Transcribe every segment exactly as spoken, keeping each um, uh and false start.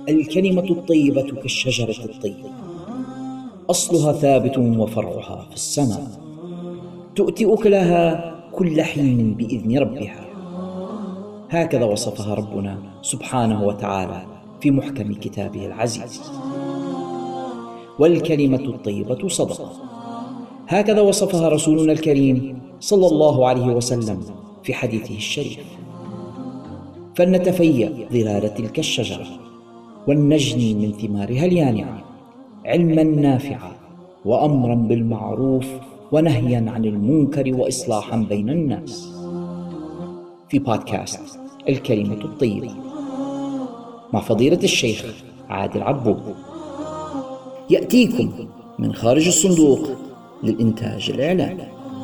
الكلمة الطيبة كالشجرة الطيبة، أصلها ثابت وفرعها في السماء، تؤتي أكلها كل حين بإذن ربها. هكذا وصفها ربنا سبحانه وتعالى في محكم كتابه العزيز. والكلمة الطيبة صدقة، هكذا وصفها رسولنا الكريم صلى الله عليه وسلم في حديثه الشريف. فلنتفيأ ظلال تلك الشجرة ولنجني من ثمارها اليانعة علما نافعا وأمرا بالمعروف ونهيا عن المنكر وإصلاحا بين الناس. في بودكاست الكلمة الطيبة مع فضيلة الشيخ عادل عبود، يأتيكم من خارج الصندوق للإنتاج الإعلامي.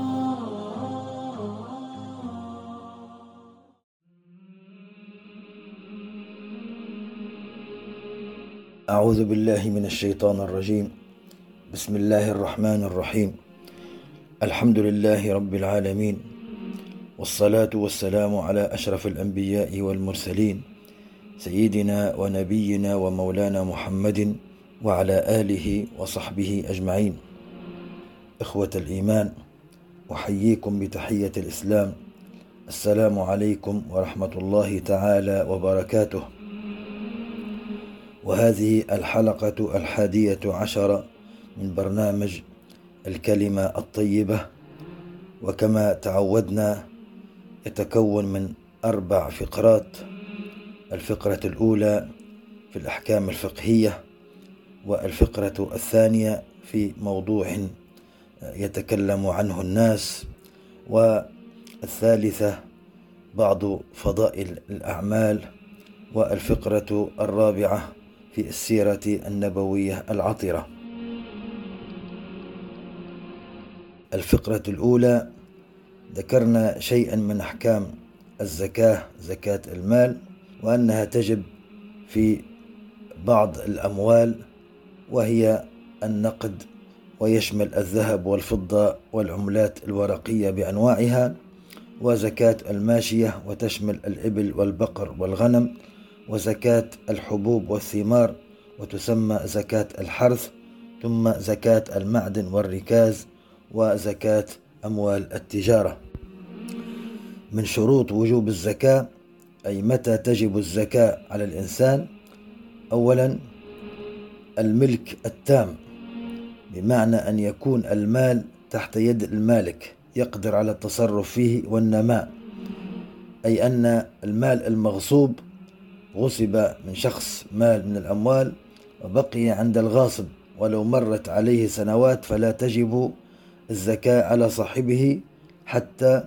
أعوذ بالله من الشيطان الرجيم. بسم الله الرحمن الرحيم. الحمد لله رب العالمين، والصلاة والسلام على أشرف الأنبياء والمرسلين، سيدنا ونبينا ومولانا محمد وعلى آله وصحبه أجمعين. إخوة الإيمان، أحييكم بتحية الإسلام، السلام عليكم ورحمة الله تعالى وبركاته. وهذه الحلقة الحادية عشر من برنامج الكلمة الطيبة، وكما تعودنا يتكون من أربع فقرات. الفقرة الأولى في الأحكام الفقهية، والفقرة الثانية في موضوع يتكلم عنه الناس، والثالثة بعض فضائل الأعمال، والفقرة الرابعة في السيرة النبوية العطرة. الفقرة الأولى ذكرنا شيئا من أحكام الزكاة، زكاة المال، وأنها تجب في بعض الأموال وهي النقد، ويشمل الذهب والفضة والعملات الورقية بأنواعها، وزكاة الماشية وتشمل الإبل والبقر والغنم، وزكاة الحبوب والثمار وتسمى زكاة الحرث، ثم زكاة المعدن والركاز، وزكاة أموال التجارة. من شروط وجوب الزكاة، أي متى تجب الزكاة على الإنسان، أولا الملك التام، بمعنى أن يكون المال تحت يد المالك يقدر على التصرف فيه والنماء، أي أن المال المغصوب غصب من شخص مال من الأموال وبقي عند الغاصب ولو مرت عليه سنوات، فلا تجب الزكاة على صاحبه حتى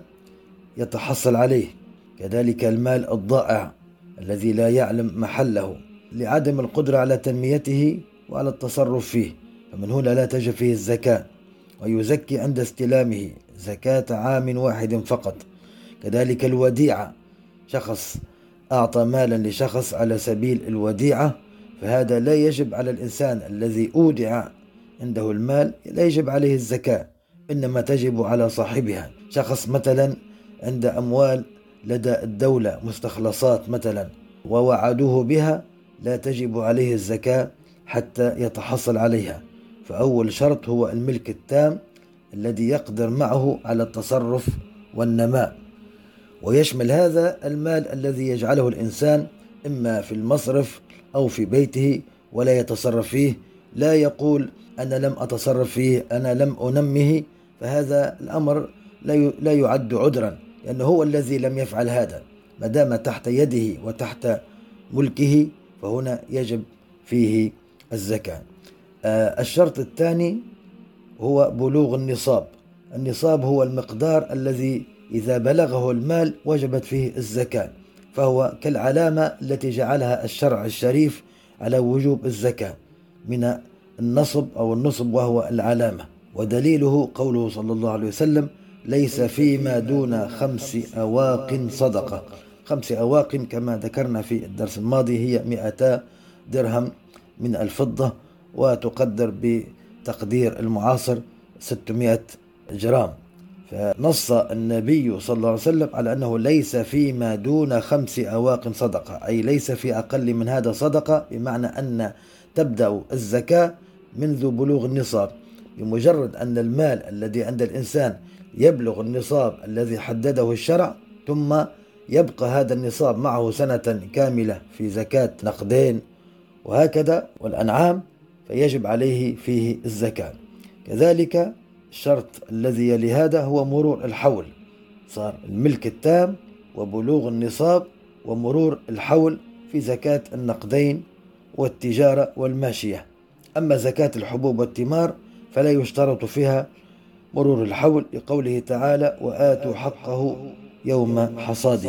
يتحصل عليه. كذلك المال الضائع الذي لا يعلم محله لعدم القدرة على تنميته وعلى التصرف فيه، فمن هنا لا تجب فيه الزكاة، ويزكي عند استلامه زكاة عام واحد فقط. كذلك الوديعة، شخص أعطى مالا لشخص على سبيل الوديعة، فهذا لا يجب على الإنسان الذي أودع عنده المال، لا يجب عليه الزكاة، إنما تجب على صاحبها. شخص مثلا عند أموال لدى الدولة، مستخلصات مثلا، ووعدوه بها، لا تجب عليه الزكاة حتى يتحصل عليها. فأول شرط هو الملك التام الذي يقدر معه على التصرف والنماء، ويشمل هذا المال الذي يجعله الإنسان إما في المصرف أو في بيته ولا يتصرف فيه، لا يقول أنا لم أتصرف فيه، أنا لم أنمه، فهذا الأمر لا يعد عذرا، لأنه هو الذي لم يفعل هذا. ما دام تحت يده وتحت ملكه فهنا يجب فيه الزكاة. آه الشرط الثاني هو بلوغ النصاب. النصاب هو المقدار الذي إذا بلغه المال وجبت فيه الزكاة، فهو كالعلامة التي جعلها الشرع الشريف على وجوب الزكاة من النصب أو النصب، وهو العلامة. ودليله قوله صلى الله عليه وسلم: ليس فيما دون خمس أواق صدقة. خمس أواق كما ذكرنا في الدرس الماضي هي مئتا درهم من الفضة، وتقدر بتقدير المعاصر ستمائة جرام. فنص النبي صلى الله عليه وسلم على أنه ليس فيما دون خمس أواق صدقة، أي ليس في أقل من هذا صدقة، بمعنى أن تبدأ الزكاة منذ بلوغ النصاب. بمجرد أن المال الذي عند الإنسان يبلغ النصاب الذي حدده الشرع، ثم يبقى هذا النصاب معه سنة كاملة في زكاة نقدين وهكذا والأنعام، فيجب عليه فيه الزكاة. كذلك الشرط الذي يلي هذا هو مرور الحول، صار الملك التام وبلوغ النصاب ومرور الحول في زكاة النقدين والتجارة والماشية. أما زكاة الحبوب والثمار فلا يشترط فيها مرور الحول، لقوله تعالى: وآتوا حقه يوم حصاده.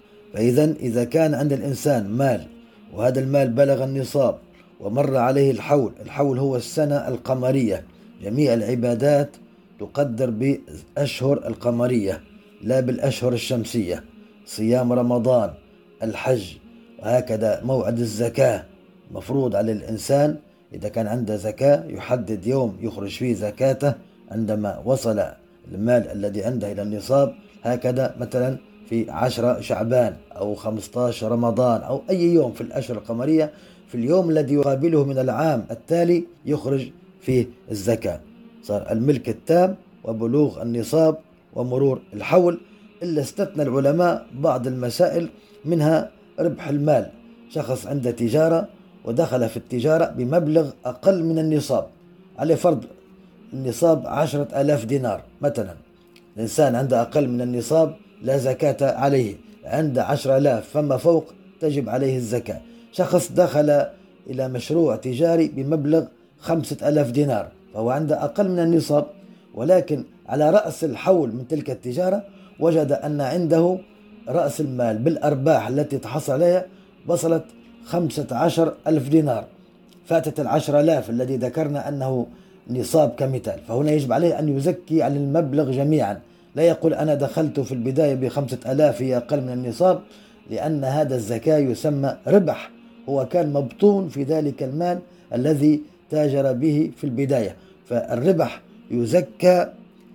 فإذا إذا كان عند الإنسان مال وهذا المال بلغ النصاب ومر عليه الحول، الحول هو السنة القمرية، جميع العبادات تقدر بأشهر القمرية لا بالأشهر الشمسية، صيام رمضان، الحج، وهكذا موعد الزكاة مفروض على الإنسان إذا كان عنده زكاة يحدد يوم يخرج فيه زكاته عندما وصل المال الذي عنده إلى النصاب، هكذا مثلا في عشرة شعبان أو خمسة عشر رمضان أو أي يوم في الأشهر القمرية، في اليوم الذي يقابله من العام التالي يخرج فيه الزكاة. صار الملك التام وبلوغ النصاب ومرور الحول، إلا استثنى العلماء بعض المسائل، منها ربح المال. شخص عنده تجارة ودخل في التجارة بمبلغ أقل من النصاب، عليه فرض النصاب عشرة آلاف دينار مثلا، الإنسان عنده أقل من النصاب لا زكاة عليه، عنده عشرة آلاف فما فوق تجب عليه الزكاة. شخص دخل إلى مشروع تجاري بمبلغ خمسة آلاف دينار، فهو عنده أقل من النصاب، ولكن على رأس الحول من تلك التجارة وجد أن عنده رأس المال بالأرباح التي تحصل عليها وصلت خمسة عشر ألف دينار، فاتت العشر آلاف الذي ذكرنا أنه نصاب كمثال. فهنا يجب عليه أن يزكي على المبلغ جميعا، لا يقول أنا دخلت في البداية بخمسة آلاف هي أقل من النصاب، لأن هذا الزكاة يسمى ربح، هو كان مبطون في ذلك المال الذي تاجر به في البداية، فالربح يزكى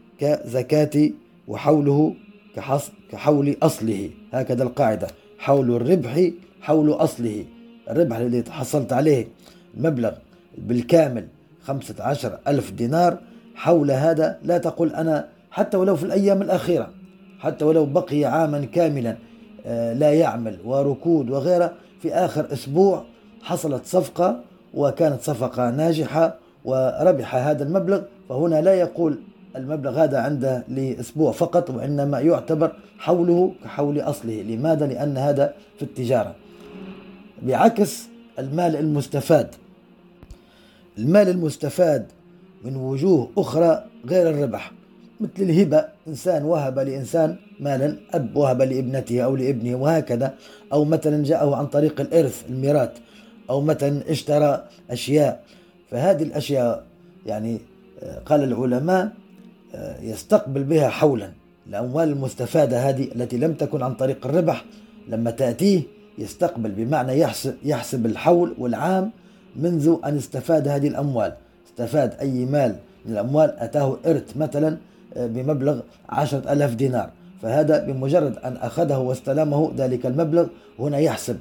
كزكاة وحوله كحول أصله، هكذا القاعدة: حول الربح حول أصله. الربح الذي حصلت عليه المبلغ بالكامل خمسة عشر ألف دينار، حول هذا لا تقول أنا حتى ولو في الأيام الأخيرة، حتى ولو بقي عاما كاملا لا يعمل وركود وغيره، في آخر أسبوع حصلت صفقة وكانت صفقة ناجحة وربح هذا المبلغ، فهنا لا يقول المبلغ هذا عنده لأسبوع فقط، وإنما يعتبر حوله كحول أصله. لماذا؟ لأن هذا في التجارة. بعكس المال المستفاد، المال المستفاد من وجوه أخرى غير الربح، مثل الهبة، إنسان وهب لإنسان مالا، أب وهب لابنته أو لابنه وهكذا، أو مثلا جاءه عن طريق الإرث الميراث، أو مثلا اشترى أشياء. فهذه الأشياء يعني قال العلماء يستقبل بها حولا. الأموال المستفادة هذه التي لم تكن عن طريق الربح لما تأتيه يستقبل، بمعنى يحسب, يحسب الحول والعام منذ أن استفاد هذه الأموال. استفاد أي مال من الأموال أتاه إرث مثلا بمبلغ عشرة ألاف دينار، فهذا بمجرد أن أخذه واستلمه ذلك المبلغ، هنا يحسب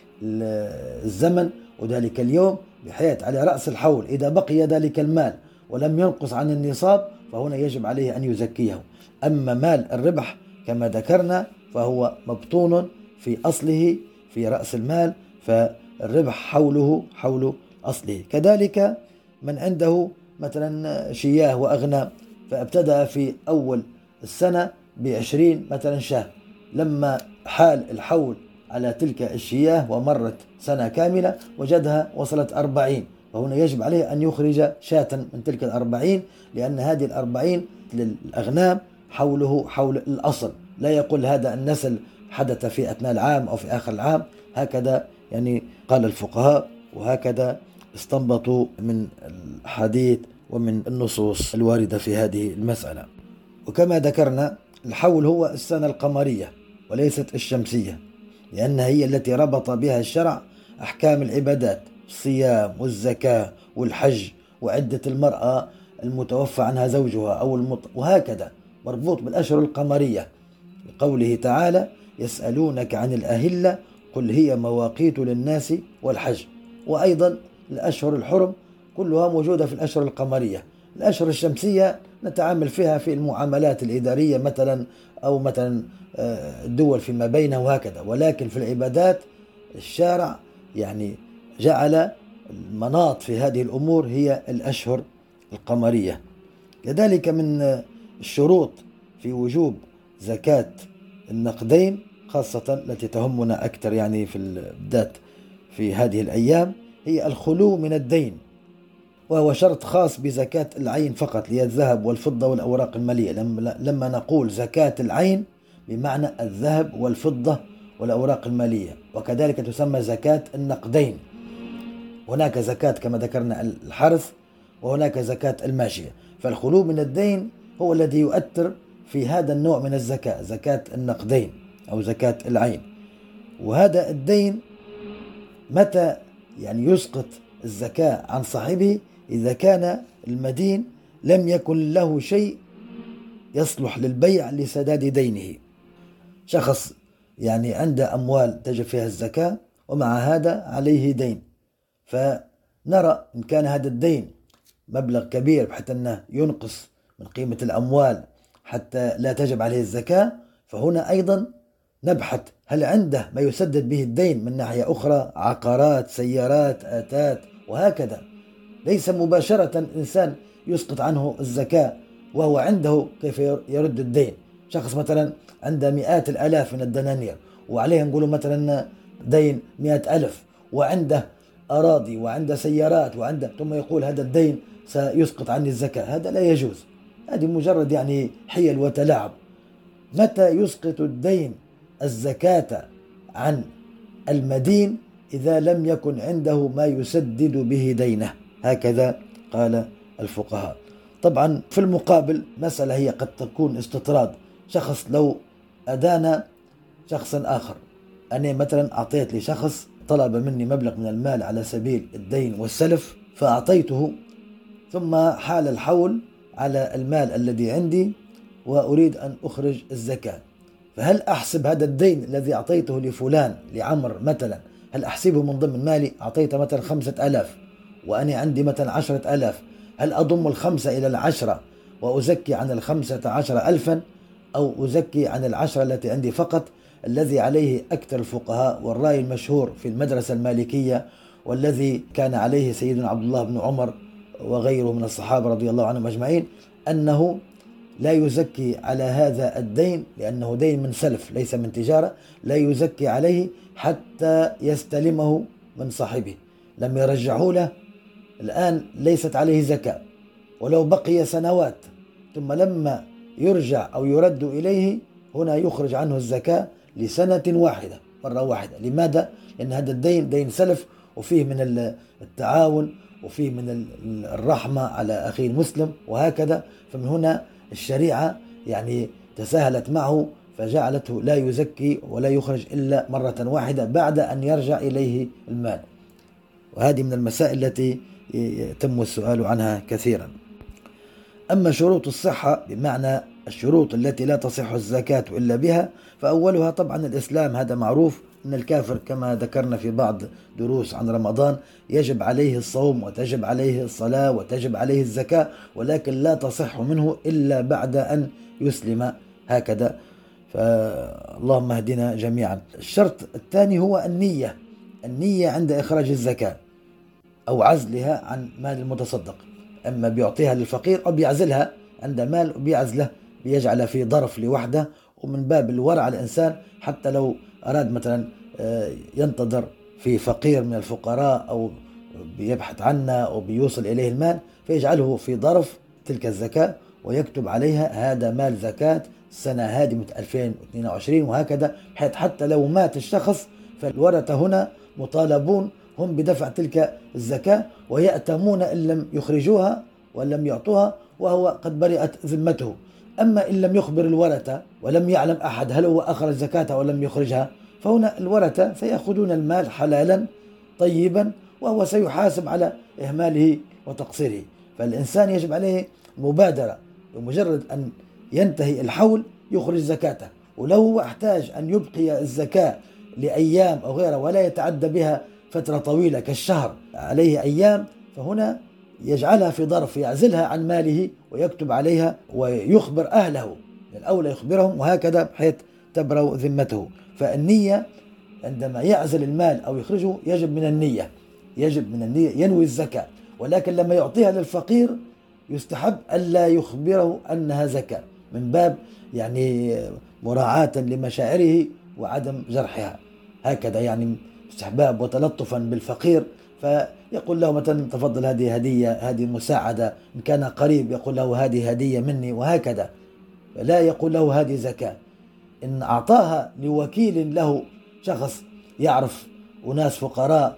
الزمن وذلك اليوم، بحيث على رأس الحول إذا بقي ذلك المال ولم ينقص عن النصاب فهنا يجب عليه أن يزكيه. أما مال الربح كما ذكرنا فهو مبطون في أصله في رأس المال، فالربح حوله حول أصله. كذلك من عنده مثلا شياه وأغنام، فابتدأ في أول السنة بعشرين مثلا شاه، لما حال الحول على تلك الشياه ومرت سنة كاملة وجدها وصلت أربعين، فهنا يجب عليه أن يخرج شاة من تلك الأربعين، لأن هذه الأربعين للأغنام حوله حول الأصل، لا يقول هذا النسل حدث في أثناء العام أو في آخر العام، هكذا يعني قال الفقهاء، وهكذا استنبطوا من الحديث ومن النصوص الواردة في هذه المسألة. وكما ذكرنا الحول هو السنة القمرية وليست الشمسية، لأنها هي التي ربط بها الشرع أحكام العبادات، الصيام والزكاة والحج وعدة المرأة المتوفى عنها زوجها أو المط... وهكذا مربوط بالأشهر القمرية، بقوله تعالى: يسألونك عن الأهلة قل هي مواقيت للناس والحج. وأيضا الأشهر الحرم كلها موجودة في الأشهر القمرية. الأشهر الشمسية نتعامل فيها في المعاملات الإدارية مثلا، أو مثلا الدول فيما بينها وهكذا، ولكن في العبادات الشارع يعني جعل المناط في هذه الأمور هي الأشهر القمرية. كذلك من الشروط في وجوب زكاة النقدين، خاصة التي تهمنا أكثر يعني في البداية في هذه الأيام، هي الخلو من الدين، وهو شرط خاص بزكاة العين فقط، هي الذهب والفضة والأوراق المالية. لما نقول زكاة العين بمعنى الذهب والفضة والأوراق المالية، وكذلك تسمى زكاة النقدين. هناك زكاة كما ذكرنا الحرث، وهناك زكاة الماشية. فالخلو من الدين هو الذي يؤثر في هذا النوع من الزكاة، زكاة النقدين أو زكاة العين. وهذا الدين متى يعني يسقط الزكاة عن صاحبه؟ إذا كان المدين لم يكن له شيء يصلح للبيع لسداد دينه. شخص يعني عنده أموال تجب فيها الزكاة، ومع هذا عليه دين، فنرى إن كان هذا الدين مبلغ كبير بحيث أنه ينقص من قيمة الأموال حتى لا تجب عليه الزكاة، فهنا أيضا نبحث هل عنده ما يسدد به الدين من ناحية أخرى، عقارات، سيارات، آتات وهكذا. ليس مباشرة الإنسان يسقط عنه الزكاة وهو عنده كيف يرد الدين. شخص مثلا عنده مئات الآلاف من الدنانير وعليه نقول مثلا دين مئة ألف، وعنده أراضي وعنده سيارات وعنده، ثم يقول هذا الدين سيسقط عني الزكاة، هذا لا يجوز. هذه مجرد يعني حيل وتلاعب. متى يسقط الدين الزكاة عن المدين؟ إذا لم يكن عنده ما يسدد به دينه، هكذا قال الفقهاء. طبعا في المقابل مسألة هي قد تكون استطراد. شخص لو أدان شخصا آخر، أنا مثلا أعطيت لشخص طلب مني مبلغ من المال على سبيل الدين والسلف، فأعطيته، ثم حال الحول على المال الذي عندي وأريد أن أخرج الزكاة، فهل أحسب هذا الدين الذي أعطيته لفلان لعمر مثلا، هل أحسبه من ضمن مالي؟ أعطيته مثلا خمسة ألاف وأنا عندي مثلا عشرة ألاف، هل أضم الخمسة إلى العشرة وأزكي عن الخمسة عشر ألفا، أو أزكي عن العشرة التي عندي فقط؟ الذي عليه أكثر الفقهاء والرأي المشهور في المدرسة المالكية، والذي كان عليه سيدنا عبد الله بن عمر وغيره من الصحابة رضي الله عنهم أجمعين، أنه لا يزكي على هذا الدين، لأنه دين من سلف ليس من تجارة، لا يزكي عليه حتى يستلمه من صاحبه. لم يرجعه له الآن ليست عليه زكاة، ولو بقي سنوات ثم لما يرجع أو يرد إليه هنا يخرج عنه الزكاة لسنة واحدة مرة واحدة. لماذا؟ لأن هذا الدين دين سلف، وفيه من التعاون وفيه من الرحمة على أخيه المسلم وهكذا. فمن هنا الشريعة يعني تساهلت معه فجعلته لا يزكي ولا يخرج إلا مرة واحدة بعد أن يرجع إليه المال. وهذه من المسائل التي يتم السؤال عنها كثيرا. أما شروط الصحة بمعنى الشروط التي لا تصح الزكاة إلا بها، فأولها طبعا الإسلام. هذا معروف أن الكافر كما ذكرنا في بعض دروس عن رمضان يجب عليه الصوم وتجب عليه الصلاة وتجب عليه الزكاة، ولكن لا تصح منه إلا بعد أن يسلم، هكذا. فاللهم اهدنا جميعا. الشرط الثاني هو النية، النية عند إخراج الزكاة أو عزلها عن مال المتصدق، أما بيعطيها للفقير أو بيعزلها عند مال وبيعزله بيجعل في ظرف لوحده. ومن باب الورع الإنسان حتى لو أراد مثلا ينتظر في فقير من الفقراء أو بيبحث عنه أو بيوصل إليه المال، فيجعله في ظرف تلك الزكاة ويكتب عليها هذا مال زكاة السنة هذه من ألفين واثنين وعشرين وهكذا، بحيث حتى لو مات الشخص فالورثة هنا مطالبون هم بدفع تلك الزكاة، ويأتمون إن لم يخرجوها وإن لم يعطوها وهو قد برئت ذمته. أما إن لم يخبر الورثة ولم يعلم أحد هل هو أخرج زكاة ولم يخرجها، فهنا الورثة سيأخذون المال حلالا طيبا وهو سيحاسب على إهماله وتقصيره. فالإنسان يجب عليه مبادرة، بمجرد أن ينتهي الحول يخرج زكاته. ولو هو احتاج أن يبقي الزكاة لأيام أو غيره ولا يتعدى بها فترة طويلة كالشهر عليه أيام، فهنا يجعلها في ظرف، يعزلها عن ماله ويكتب عليها ويخبر أهله، الأولى يخبرهم، وهكذا بحيث تبرأ ذمته. فالنية عندما يعزل المال أو يخرجه يجب من النية يجب من النية ينوي الزكاة. ولكن لما يعطيها للفقير يستحب ألا يخبره أنها زكاة، من باب يعني مراعاة لمشاعره وعدم جرحها، هكذا يعني استحباب وتلطفا بالفقير. فيقول له مثلا تفضل هذه هدية، هذه مساعدة، إن كان قريب يقول له هذه هدية مني، وهكذا. لا يقول له هذه زكاة. إن أعطاها لوكيل له، شخص يعرف أناس فقراء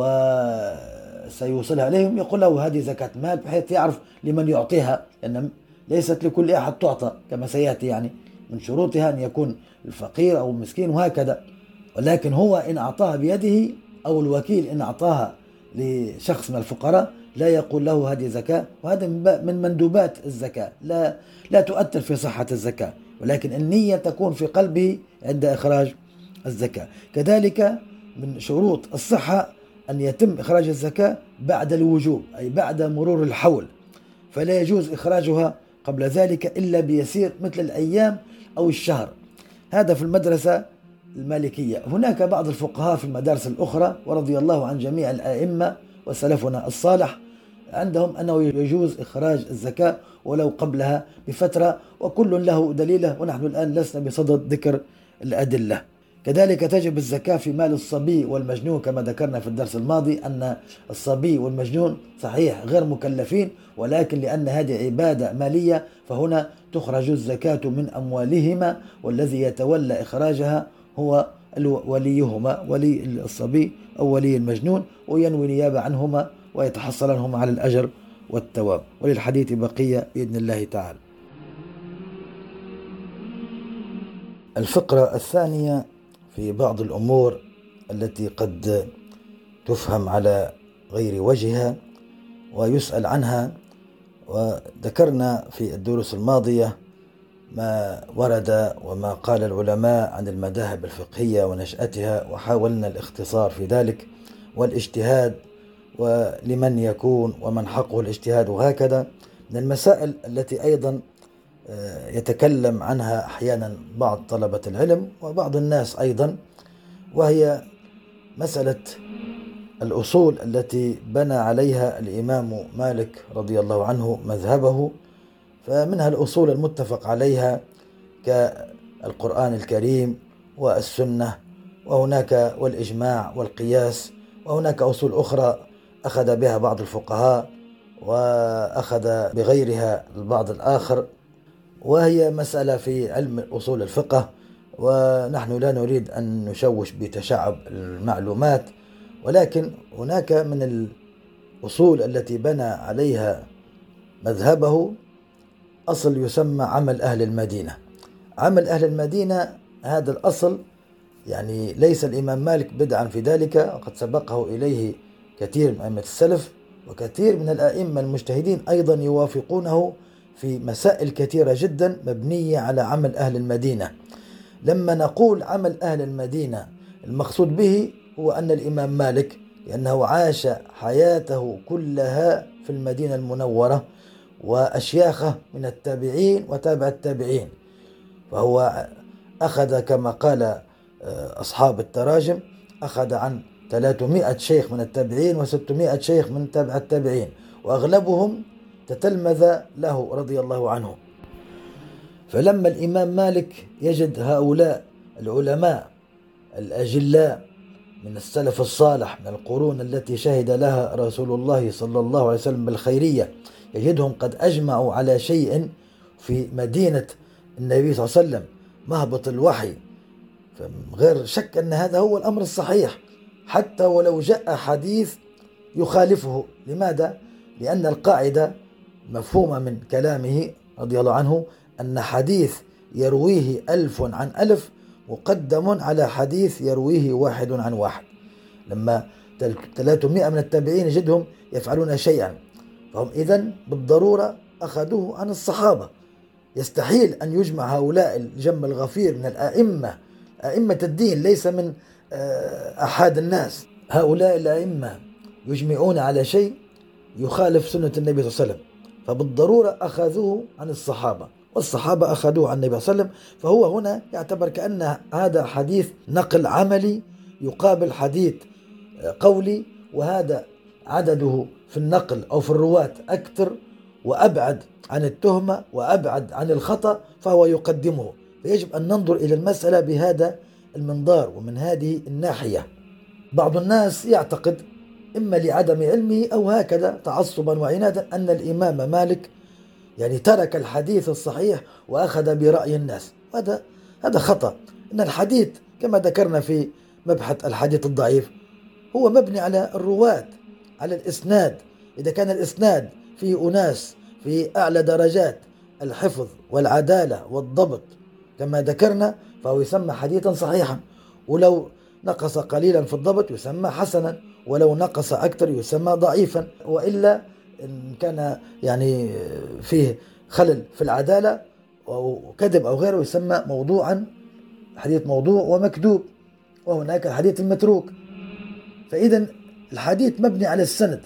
وسيوصلها إليهم، يقول له هذه زكاة مال، بحيث يعرف لمن يعطيها، لأن ليست لكل أحد تعطى كما سيأتي، يعني من شروطها أن يكون الفقير أو المسكين وهكذا. ولكن هو إن أعطاها بيده أو الوكيل إن أعطاها لشخص من الفقراء لا يقول له هذه زكاة، وهذا من مندوبات الزكاة، لا لا تؤثر في صحة الزكاة، ولكن النية تكون في قلبه عند إخراج الزكاة. كذلك من شروط الصحة أن يتم إخراج الزكاة بعد الوجوب، أي بعد مرور الحول، فلا يجوز إخراجها قبل ذلك إلا بيسير مثل الأيام أو الشهر. هذا في المدرسة المالكية. هناك بعض الفقهاء في المدارس الأخرى ورضي الله عن جميع الأئمة وسلفنا الصالح عندهم أنه يجوز إخراج الزكاة ولو قبلها بفترة، وكل له دليله، ونحن الآن لسنا بصدد ذكر الأدلة. كذلك تجب الزكاة في مال الصبي والمجنون، كما ذكرنا في الدرس الماضي أن الصبي والمجنون صحيح غير مكلفين، ولكن لأن هذه عبادة مالية فهنا تخرج الزكاة من أموالهما، والذي يتولى إخراجها هو وليهما، ولي الصبي أو ولي المجنون، وينوي نيابة عنهما ويتحصل عنهما على الأجر والثواب. وللحديث بقية بإذن الله تعالى. الفقرة الثانية في بعض الأمور التي قد تفهم على غير وجهها ويسأل عنها. وذكرنا في الدروس الماضية ما ورد وما قال العلماء عن المذاهب الفقهية ونشأتها، وحاولنا الاختصار في ذلك والاجتهاد ولمن يكون ومن حقه الاجتهاد، وهكذا. من المسائل التي أيضا يتكلم عنها أحيانا بعض طلبة العلم وبعض الناس أيضا، وهي مسألة الأصول التي بنى عليها الإمام مالك رضي الله عنه مذهبه. فمنها الأصول المتفق عليها كالقرآن الكريم والسنة، وهناك والإجماع والقياس، وهناك أصول أخرى أخذ بها بعض الفقهاء وأخذ بغيرها البعض الآخر، وهي مسألة في علم أصول الفقه، ونحن لا نريد أن نشوش بتشعب المعلومات. ولكن هناك من الأصول التي بنى عليها مذهبه أصل يسمى عمل أهل المدينة. عمل أهل المدينة هذا الأصل يعني ليس الإمام مالك بدعا في ذلك، وقد سبقه إليه كثير من أئمة السلف، وكثير من الأئمة المجتهدين أيضا يوافقونه في مسائل كثيرة جدا مبنية على عمل أهل المدينة. لما نقول عمل أهل المدينة المقصود به هو أن الإمام مالك لأنه عاش حياته كلها في المدينة المنورة، وأشياخه من التابعين وتابع التابعين، فهو أخذ كما قال أصحاب التراجم أخذ عن ثلاثمائة شيخ من التابعين وستمائة شيخ من تابع التابعين، وأغلبهم تتلمذ له رضي الله عنه. فلما الإمام مالك يجد هؤلاء العلماء الأجلاء من السلف الصالح من القرون التي شهد لها رسول الله صلى الله عليه وسلم بالخيرية، يجدهم قد أجمعوا على شيء في مدينة النبي صلى الله عليه وسلم مهبط الوحي، فغير شك أن هذا هو الأمر الصحيح حتى ولو جاء حديث يخالفه. لماذا؟ لأن القاعدة مفهومة من كلامه رضي الله عنه أن حديث يرويه ألف عن ألف مقدم على حديث يرويه واحد عن واحد. لما ثلاثمائة من التابعين يجدهم يفعلون شيئا، فهم إذن بالضرورة أخذوه عن الصحابة، يستحيل أن يجمع هؤلاء الجم الغفير من الأئمة، أئمة الدين، ليس من أحد الناس. هؤلاء الأئمة يجمعون على شيء يخالف سنة النبي صلى الله عليه وسلم، فبالضرورة أخذوه عن الصحابة، والصحابة أخذوه عن النبي صلى الله عليه وسلم. فهو هنا يعتبر كأن هذا حديث نقل عملي يقابل حديث قولي، وهذا عدده في النقل أو في الرواة أكثر وأبعد عن التهمة وأبعد عن الخطأ، فهو يقدمه. فيجب أن ننظر إلى المسألة بهذا المنظار ومن هذه الناحية. بعض الناس يعتقد إما لعدم علمه أو هكذا تعصبا وعنادا أن الإمام مالك يعني ترك الحديث الصحيح وأخذ برأي الناس. هذا هذا خطأ. إن الحديث كما ذكرنا في مبحث الحديث الضعيف هو مبني على الرواة، على الإسناد. إذا كان الإسناد فيه أناس في أعلى درجات الحفظ والعدالة والضبط كما ذكرنا فهو يسمى حديثا صحيحا، ولو نقص قليلا في الضبط يسمى حسنا، ولو نقص أكثر يسمى ضعيفا، وإلا إن كان يعني فيه خلل في العدالة أو كذب أو غيره يسمى موضوعا، حديث موضوع ومكذوب. وهناك الحديث المتروك. فإذا الحديث مبني على السند،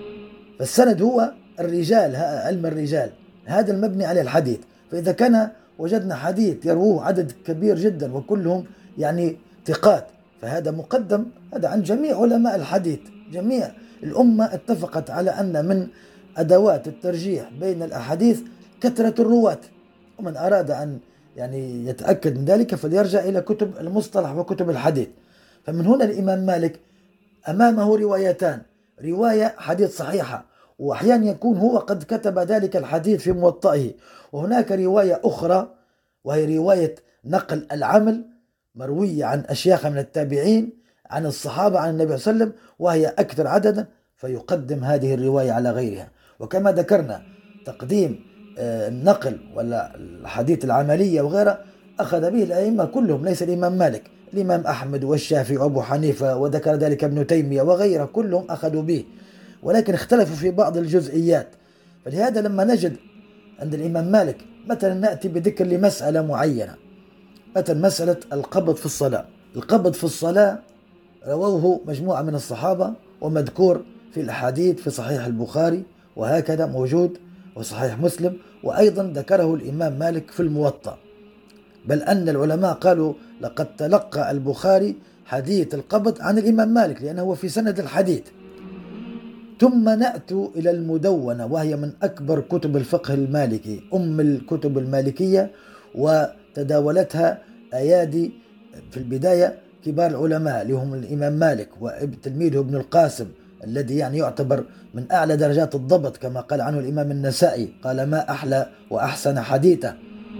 فالسند هو الرجال، علم الرجال، هذا المبني على الحديث. فإذا كان وجدنا حديث يروه عدد كبير جدا وكلهم يعني ثقات، فهذا مقدم هذا عن جميع علماء الحديث. جميع الأمة اتفقت على أن من أدوات الترجيح بين الأحاديث كثرة الرواة، ومن أراد أن يعني يتأكد من ذلك فليرجع إلى كتب المصطلح وكتب الحديث. فمن هنا الإمام مالك أمامه روايتان، رواية حديث صحيحة وأحيانا يكون هو قد كتب ذلك الحديث في موطئه، وهناك رواية أخرى وهي رواية نقل العمل مروية عن أشياخ من التابعين عن الصحابة عن النبي صلى الله عليه وسلم وهي أكثر عددا، فيقدم هذه الرواية على غيرها. وكما ذكرنا تقديم النقل ولا الحديث العملية وغيرها أخذ به الأئمة كلهم، ليس الإمام مالك، الإمام أحمد والشافعي وأبو حنيفة وذكر ذلك ابن تيمية وغيره كلهم أخذوا به، ولكن اختلفوا في بعض الجزئيات. فلهذا لما نجد عند الإمام مالك مثلا نأتي بذكر لمسألة معينة، مثلا مسألة القبض في الصلاة. القبض في الصلاة رواه مجموعة من الصحابة ومذكور في الأحاديث في صحيح البخاري وهكذا موجود وصحيح مسلم، وأيضا ذكره الإمام مالك في الموطأ. بل أن العلماء قالوا لقد تلقى البخاري حديث القبض عن الإمام مالك لأنه هو في سند الحديث. ثم نأتي إلى المدونة وهي من أكبر كتب الفقه المالكي، أم الكتب المالكية، وتداولتها أيادي في البداية كبار العلماء لهم الإمام مالك وتلميذه ابن القاسم الذي يعني يعتبر من أعلى درجات الضبط كما قال عنه الإمام النسائي، قال ما أحلى وأحسن حديثه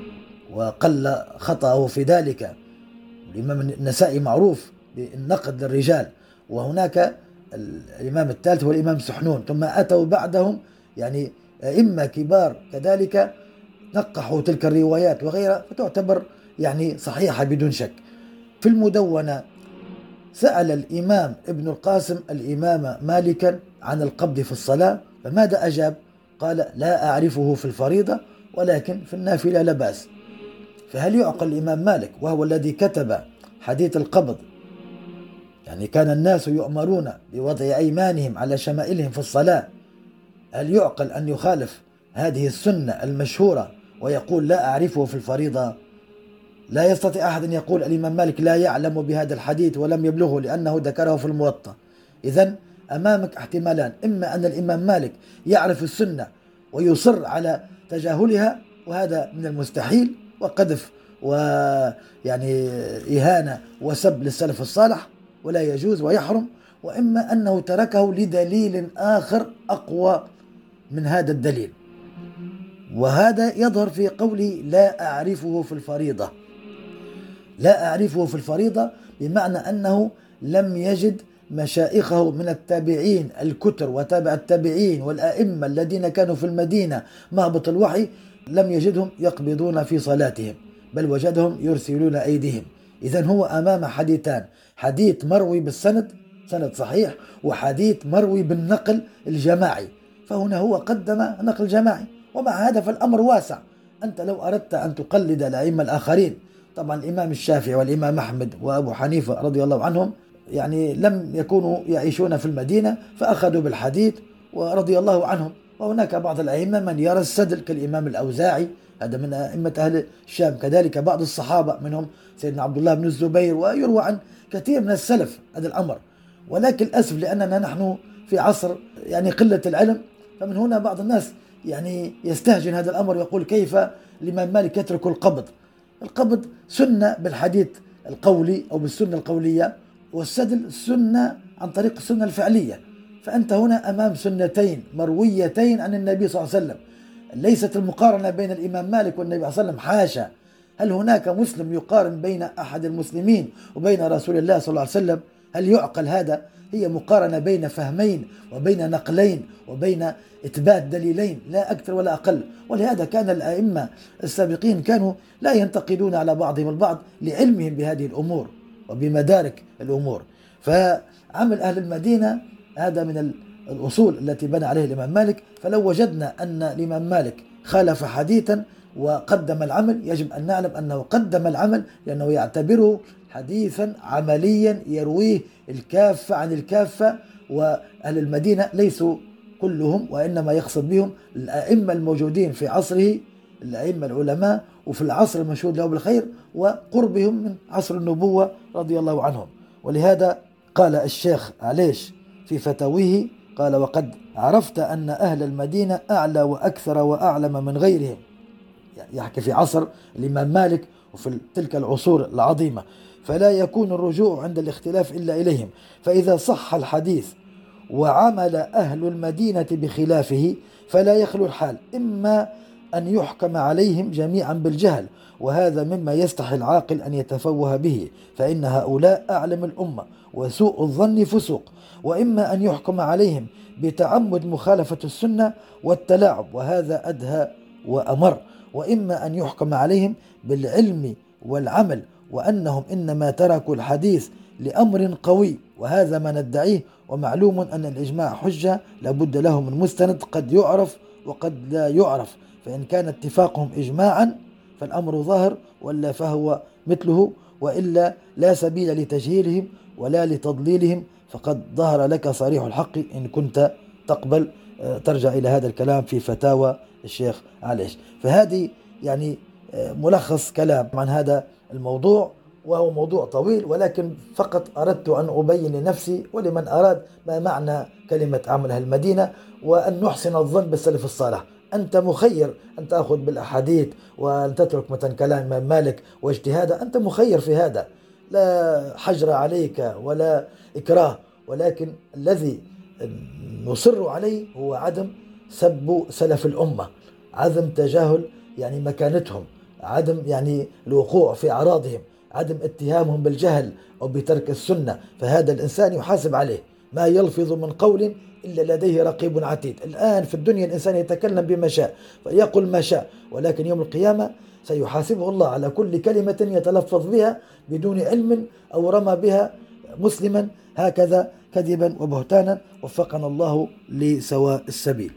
وقل خطأه في ذلك. الإمام النسائي معروف بالنقد للرجال. وهناك الإمام الثالث هو الإمام سحنون، ثم أتوا بعدهم يعني أئمة كبار كذلك نقحوا تلك الروايات وغيرها، فتعتبر يعني صحيحة بدون شك. في المدونة سأل الإمام ابن القاسم الإمام مالكا عن القبض في الصلاة، فماذا أجاب؟ قال لا أعرفه في الفريضة ولكن في النافلة لا بأس. فهل يعقل الإمام مالك وهو الذي كتب حديث القبض، يعني كان الناس يؤمرون بوضع أيمانهم على شمائلهم في الصلاة، هل يعقل أن يخالف هذه السنة المشهورة ويقول لا أعرفه في الفريضة؟ لا يستطيع أحد أن يقول الإمام مالك لا يعلم بهذا الحديث ولم يبلغه لأنه ذكره في الموطأ. إذن أمامك احتمالان، إما أن الإمام مالك يعرف السنة ويصر على تجاهلها وهذا من المستحيل وقذف ويعني إهانة وسب للسلف الصالح ولا يجوز ويحرم، وإما أنه تركه لدليل آخر أقوى من هذا الدليل، وهذا يظهر في قوله لا أعرفه في الفريضة. لا أعرفه في الفريضة بمعنى أنه لم يجد مشايخه من التابعين الكتر وتابع التابعين والأئمة الذين كانوا في المدينة مهبط الوحي، لم يجدهم يقبضون في صلاتهم بل وجدهم يرسلون أيديهم. إذن هو أمام حديثان، حديث مروي بالسند سند صحيح وحديث مروي بالنقل الجماعي، فهنا هو قدم نقل جماعي. ومع هذا فالأمر واسع، أنت لو أردت أن تقلد الأئمة الآخرين، طبعا الإمام الشافعي والإمام أحمد وأبو حنيفة رضي الله عنهم يعني لم يكونوا يعيشون في المدينة فأخذوا بالحديث ورضي الله عنهم. وهناك بعض الأئمة من يرى السدل كالإمام الأوزاعي، هذا من أئمة أهل الشام، كذلك بعض الصحابة منهم سيدنا عبد الله بن الزبير، ويروى عن كثير من السلف هذا الأمر. ولكن للأسف لأننا نحن في عصر يعني قلة العلم، فمن هنا بعض الناس يعني يستهجن هذا الأمر ويقول كيف الإمام مالك يترك القبض. القبض سنة بالحديث القولي أو بالسنة القولية، والسدل سنة عن طريق السنة الفعلية. فأنت هنا أمام سنتين مرويتين عن النبي صلى الله عليه وسلم، ليست المقارنة بين الإمام مالك والنبي صلى الله عليه وسلم، حاشا. هل هناك مسلم يقارن بين أحد المسلمين وبين رسول الله صلى الله عليه وسلم؟ هل يعقل هذا؟ هي مقارنة بين فهمين وبين نقلين وبين إثبات دليلين، لا أكثر ولا أقل. ولهذا كان الأئمة السابقين كانوا لا ينتقدون على بعضهم البعض لعلمهم بهذه الأمور وبمدارك الأمور. فعمل أهل المدينة هذا من الأصول التي بنى عليه الإمام مالك. فلو وجدنا أن الإمام مالك خالف حديثا وقدم العمل، يجب أن نعلم أنه قدم العمل لأنه يعتبره حديثا عمليا يرويه الكافة عن الكافة. وأهل المدينة ليسوا كلهم، وإنما يقصد بهم الأئمة الموجودين في عصره، الأئمة العلماء، وفي العصر المشهود له بالخير، وقربهم من عصر النبوة رضي الله عنهم. ولهذا قال الشيخ عليش في فتاويه، قال: وقد عرفت أن أهل المدينة أعلى وأكثر وأعلم من غيرهم. يحكي في عصر الإمام مالك وفي تلك العصور العظيمة، فلا يكون الرجوع عند الاختلاف إلا إليهم. فإذا صح الحديث وعمل أهل المدينة بخلافه فلا يخلو الحال إما أن يحكم عليهم جميعا بالجهل، وهذا مما يستحي العاقل أن يتفوه به، فإن هؤلاء أعلم الأمة وسوء الظن فسوق، وإما أن يحكم عليهم بتعمد مخالفة السنة والتلاعب، وهذا أدهى وأمر، وإما أن يحكم عليهم بالعلم والعمل، وأنهم إنما تركوا الحديث لأمر قوي، وهذا ما ندعيه. ومعلوم أن الإجماع حجة لابد له من مستند قد يعرف وقد لا يعرف، فإن كان اتفاقهم إجماعا فالأمر ظاهر، ولا فهو مثله، وإلا لا سبيل لتجهيلهم ولا لتضليلهم، فقد ظهر لك صريح الحق إن كنت تقبل. ترجع إلى هذا الكلام في فتاوى الشيخ عليش. فهذه يعني ملخص كلام عن هذا الموضوع، وهو موضوع طويل، ولكن فقط أردت أن أبين لنفسي ولمن أراد ما معنى كلمة عمل أهل المدينة، وأن نحسن الظن بالسلف الصالح. أنت مخير أن تأخذ بالأحاديث وأن تترك مثلا كلام الإمام مالك واجتهاده، أنت مخير في هذا، لا حجر عليك ولا إكراه، ولكن الذي نصر عليه هو عدم سب سلف الأمة، عدم تجاهل يعني مكانتهم، عدم يعني الوقوع في أعراضهم، عدم اتهامهم بالجهل أو بترك السنة. فهذا الإنسان يحاسب عليه، ما يلفظ من قول إلا لديه رقيب عتيد. الآن في الدنيا الإنسان يتكلم بما شاء فيقول ما شاء، ولكن يوم القيامة سيحاسبه الله على كل كلمة يتلفظ بها بدون علم أو رمى بها مسلما هكذا كذبا وبهتانا. وفقنا الله لسواء السبيل.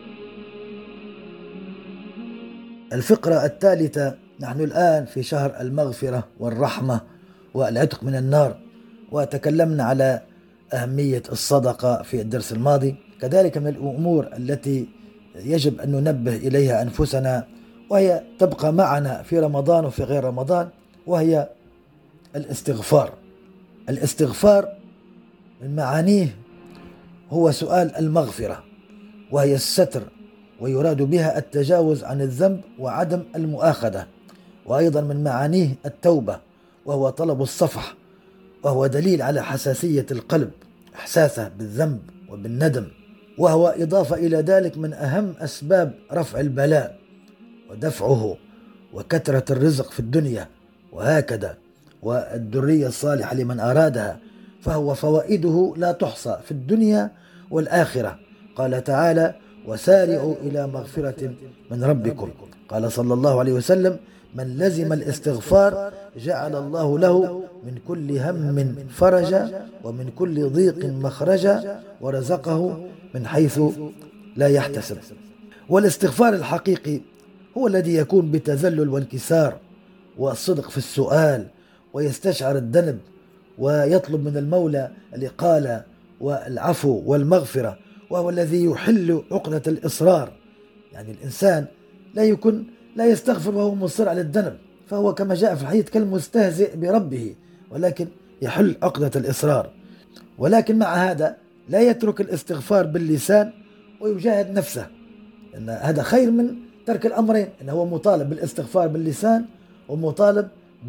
الفقرة الثالثة، نحن الآن في شهر المغفرة والرحمة والعتق من النار، وتكلمنا على أهمية الصدقة في الدرس الماضي. كذلك من الأمور التي يجب أن ننبه إليها أنفسنا، وهي تبقى معنا في رمضان وفي غير رمضان، وهي الاستغفار. الاستغفار من معانيه هو سؤال المغفرة، وهي الستر، ويراد بها التجاوز عن الذنب وعدم المؤاخذة. وأيضا من معانيه التوبة، وهو طلب الصفح، وهو دليل على حساسية القلب، إحساسه بالذنب وبالندم، وهو إضافة إلى ذلك من أهم أسباب رفع البلاء ودفعه وكثرة الرزق في الدنيا، وهكذا والذرية الصالحة لمن أرادها، فهو فوائده لا تحصى في الدنيا والآخرة. قال تعالى: وسارعوا إلى مغفرة من ربكم. قال صلى الله عليه وسلم: من لزم الاستغفار جعل الله له من كل هم فرجا ومن كل ضيق مخرجا ورزقه من حيث لا يحتسب. والاستغفار الحقيقي هو الذي يكون بتذلل وانكسار والصدق في السؤال، ويستشعر الذنب ويطلب من المولى الإقالة والعفو والمغفرة، وهو الذي يحل عقدة الإصرار. يعني الإنسان لا يكون لا يستغفر وهو مصر على الذنب، فهو كما جاء في الحديث كالمستهزئ بربه، ولكن يحل عقدة الإصرار. ولكن مع هذا لا يترك الاستغفار باللسان ويجاهد نفسه، إن هذا خير من ترك الأمرين، إنه هو مطالب بالاستغفار باللسان ومطالب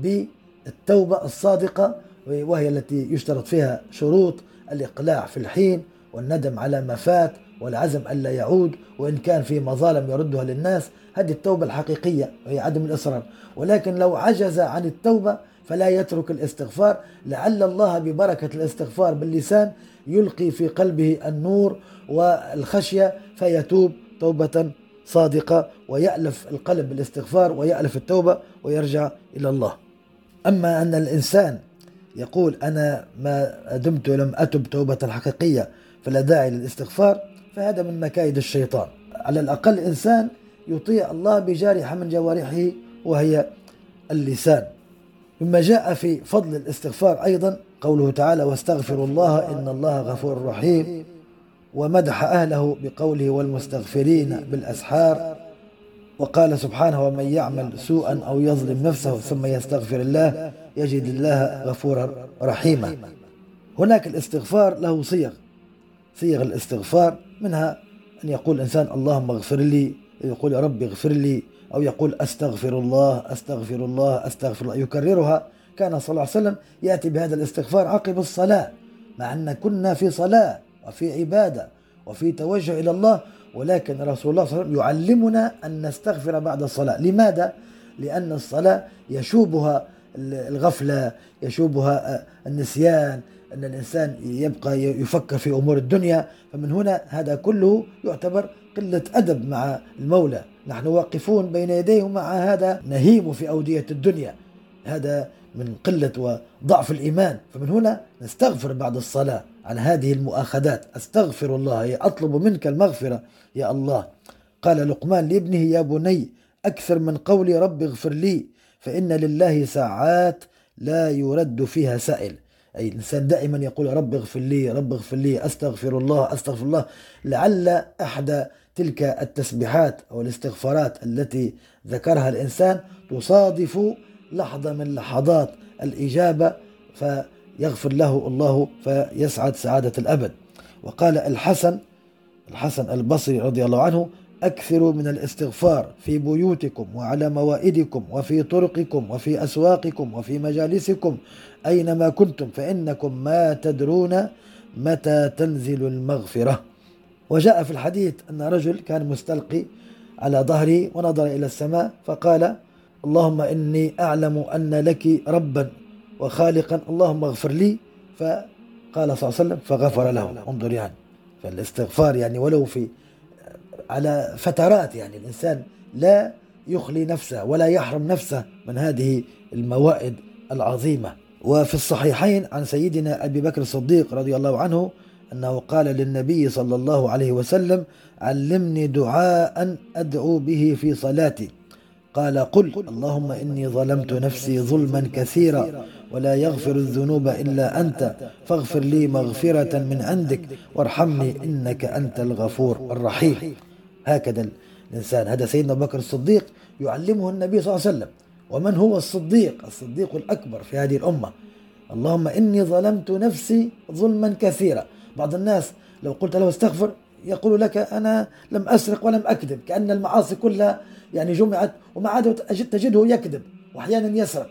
بالتوبة الصادقة، وهي التي يشترط فيها شروط الإقلاع في الحين والندم على ما فات والعزم ألا يعود، وإن كان في مظالم يردها للناس. هذه التوبة الحقيقية وهي عدم الإصرار. ولكن لو عجز عن التوبة فلا يترك الاستغفار، لعل الله ببركة الاستغفار باللسان يلقي في قلبه النور والخشية فيتوب توبة صادقة، ويألف القلب بالاستغفار ويألف التوبة ويرجع إلى الله. أما أن الإنسان يقول أنا ما دمت لم أتب توبة حقيقية فلا داعي للاستغفار، فهذا من مكايد الشيطان. على الأقل إنسان يطيع الله بجارحة من جوارحه وهي اللسان. مما جاء في فضل الاستغفار أيضا قوله تعالى واستغفروا الله إن الله غفور رحيم، ومدح أهله بقوله والمستغفرين بالأسحار، وقال سبحانه ومن يعمل سوءا أو يظلم نفسه ثم يستغفر الله يجد الله غفورا رحيما. هناك الاستغفار له صيغ صيغ الاستغفار، منها أن يقول الإنسان اللهم اغفر لي، يقول يا رب اغفر لي، أو يقول أستغفر الله أستغفر الله أستغفر الله، يكررها. كان صلى الله عليه وسلم يأتي بهذا الاستغفار عقب الصلاة، مع أن كنا في صلاة وفي عبادة وفي توجه إلى الله، ولكن رسول الله صلى الله عليه وسلم يعلمنا أن نستغفر بعد الصلاة. لماذا؟ لأن الصلاة يشوبها الغفلة، يشوبها النسيان، أن الإنسان يبقى يفكر في أمور الدنيا. فمن هنا هذا كله يعتبر قلة أدب مع المولى، نحن واقفون بين يديه ومع هذا نهيم في أودية الدنيا، هذا من قلة وضعف الإيمان. فمن هنا نستغفر بعد الصلاة عن هذه المؤاخذات، أستغفر الله، أطلب منك المغفرة يا الله. قال لقمان لابنه يا بني أكثر من قولي رب اغفر لي فإن لله ساعات لا يرد فيها سائل. أي الإنسان دائما يقول رب اغفر لي رب اغفر لي أستغفر الله أستغفر الله، لعل أحد تلك التسبيحات أو الاستغفارات التي ذكرها الإنسان تصادف لحظة من لحظات الإجابة فيغفر له الله فيسعد سعادة الأبد. وقال الحسن الحسن البصري رضي الله عنه أكثروا من الاستغفار في بيوتكم وعلى موائدكم وفي طرقكم وفي أسواقكم وفي مجالسكم أينما كنتم فإنكم ما تدرون متى تنزل المغفرة. وجاء في الحديث أن رجل كان مستلقي على ظهره ونظر إلى السماء فقال اللهم إني أعلم أن لك ربا وخالقا اللهم اغفر لي، فقال صلى الله عليه وسلم فغفر له. انظر يعني فالاستغفار يعني ولو في على فترات، يعني الإنسان لا يخلي نفسه ولا يحرم نفسه من هذه الموائد العظيمة. وفي الصحيحين عن سيدنا أبي بكر الصديق رضي الله عنه أنه قال للنبي صلى الله عليه وسلم علمني دعاء أدعو به في صلاتي، قال قل اللهم إني ظلمت نفسي ظلما كثيرا ولا يغفر الذنوب إلا أنت فاغفر لي مغفرة من عندك وارحمني إنك أنت الغفور الرحيم. هكذا الإنسان، هذا سيدنا أبو بكر الصديق يعلمه النبي صلى الله عليه وسلم. ومن هو الصديق؟ الصديق الأكبر في هذه الأمة. اللهم إني ظلمت نفسي ظلما كثيرا. بعض الناس لو قلت له استغفر يقول لك أنا لم أسرق ولم أكذب، كأن المعاصي كلها يعني جمعت، ومع عادة تجده يكذب وأحيانا يسرق.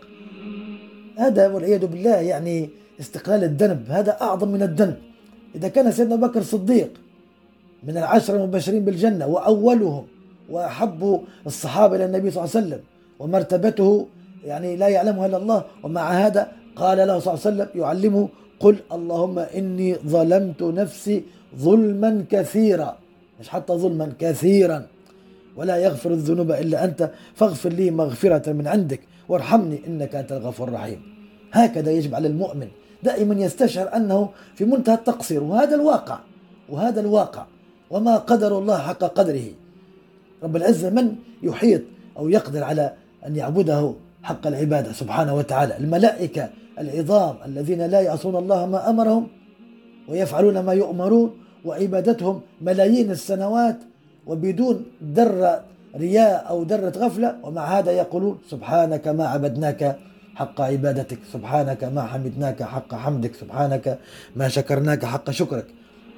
هذا والعياذ بالله يعني استقلال الذنب، هذا أعظم من الذنب. إذا كان سيدنا أبو بكر الصديق من العشرة المبشرين بالجنة وأولهم وأحب الصحابة إلى النبي صلى الله عليه وسلم ومرتبته يعني لا يعلمها إلا الله، ومع هذا قال له صلى الله عليه وسلم يعلمه قل اللهم إني ظلمت نفسي ظلما كثيرا، مش حتى ظلما كثيرا، ولا يغفر الذنوب إلا أنت فاغفر لي مغفرة من عندك وارحمني إنك أنت الغفور الرحيم. هكذا يجب على المؤمن دائما يستشعر أنه في منتهى التقصير، وهذا الواقع وهذا الواقع وما قدر الله حق قدره. رب العزة من يحيط أو يقدر على أن يعبده حق العبادة سبحانه وتعالى. الملائكة العظام الذين لا يعصون الله ما أمرهم ويفعلون ما يؤمرون، وعبادتهم ملايين السنوات وبدون در رياء أو درة غفلة، ومع هذا يقولون سبحانك ما عبدناك حق عبادتك، سبحانك ما حمدناك حق حمدك، سبحانك ما شكرناك حق شكرك.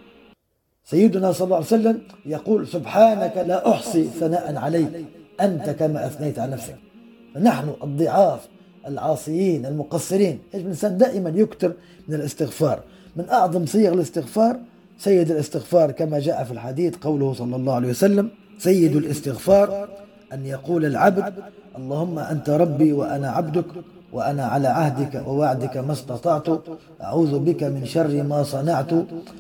سيدنا صلى الله عليه وسلم يقول سبحانك لا أحصي ثناء عليك أنت كما أثنيت على نفسك. فنحن الضعاف العاصيين المقصرين يجب الإنسان دائما يكتر من الاستغفار. من أعظم صيغ الاستغفار سيد الاستغفار كما جاء في الحديث قوله صلى الله عليه وسلم: سيد الاستغفار أن يقول العبد اللهم أنت ربي وأنا عبدك وأنا على عهدك ووعدك ما استطعت، أعوذ بك من شر ما صنعت،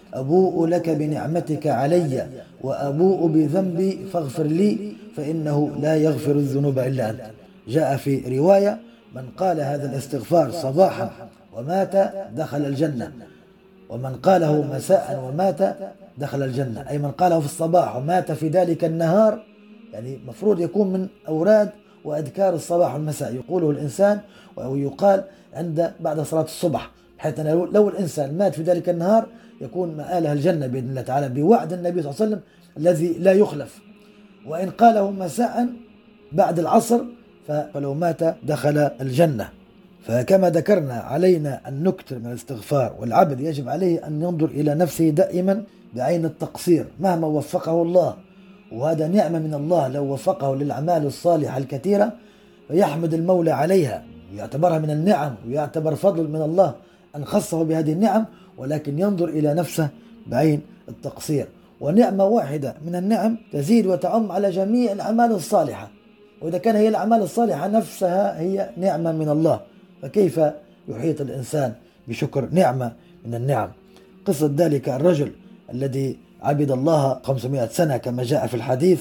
أبوء لك بنعمتك علي وأبوء بذنبي فاغفر لي فإنه لا يغفر الذنوب إلا أنت. جاء في رواية: من قال هذا الاستغفار صباحا ومات دخل الجنة، ومن قاله مساء ومات دخل الجنة، أي من قاله في الصباح ومات في ذلك النهار، يعني مفروض يكون من أوراد وأذكار الصباح والمساء يقوله الإنسان ويقال عند بعد صلاة الصبح، بحيث أن لو الإنسان مات في ذلك النهار يكون مآله الجنة بإذن الله تعالى بوعد النبي صلى الله عليه وسلم الذي لا يخلف. وإن قاله مساء بعد العصر فلو مات دخل الجنة. فكما ذكرنا علينا أن نكثر من الاستغفار، والعبد يجب عليه أن ينظر إلى نفسه دائما بعين التقصير مهما وفقه الله، وهذا نعمة من الله لو وفقه للأعمال الصالحة الكثيرة فيحمد المولى عليها ويعتبرها من النعم ويعتبر فضل من الله أن خصه بهذه النعم، ولكن ينظر إلى نفسه بعين التقصير. ونعمة واحدة من النعم تزيد وتعم على جميع الأعمال الصالحة، وإذا كان هي الأعمال الصالحة نفسها هي نعمة من الله، فكيف يحيط الإنسان بشكر نعمة من النعم؟ قصة ذلك الرجل الذي عبد الله خمسمائة سنة كما جاء في الحديث،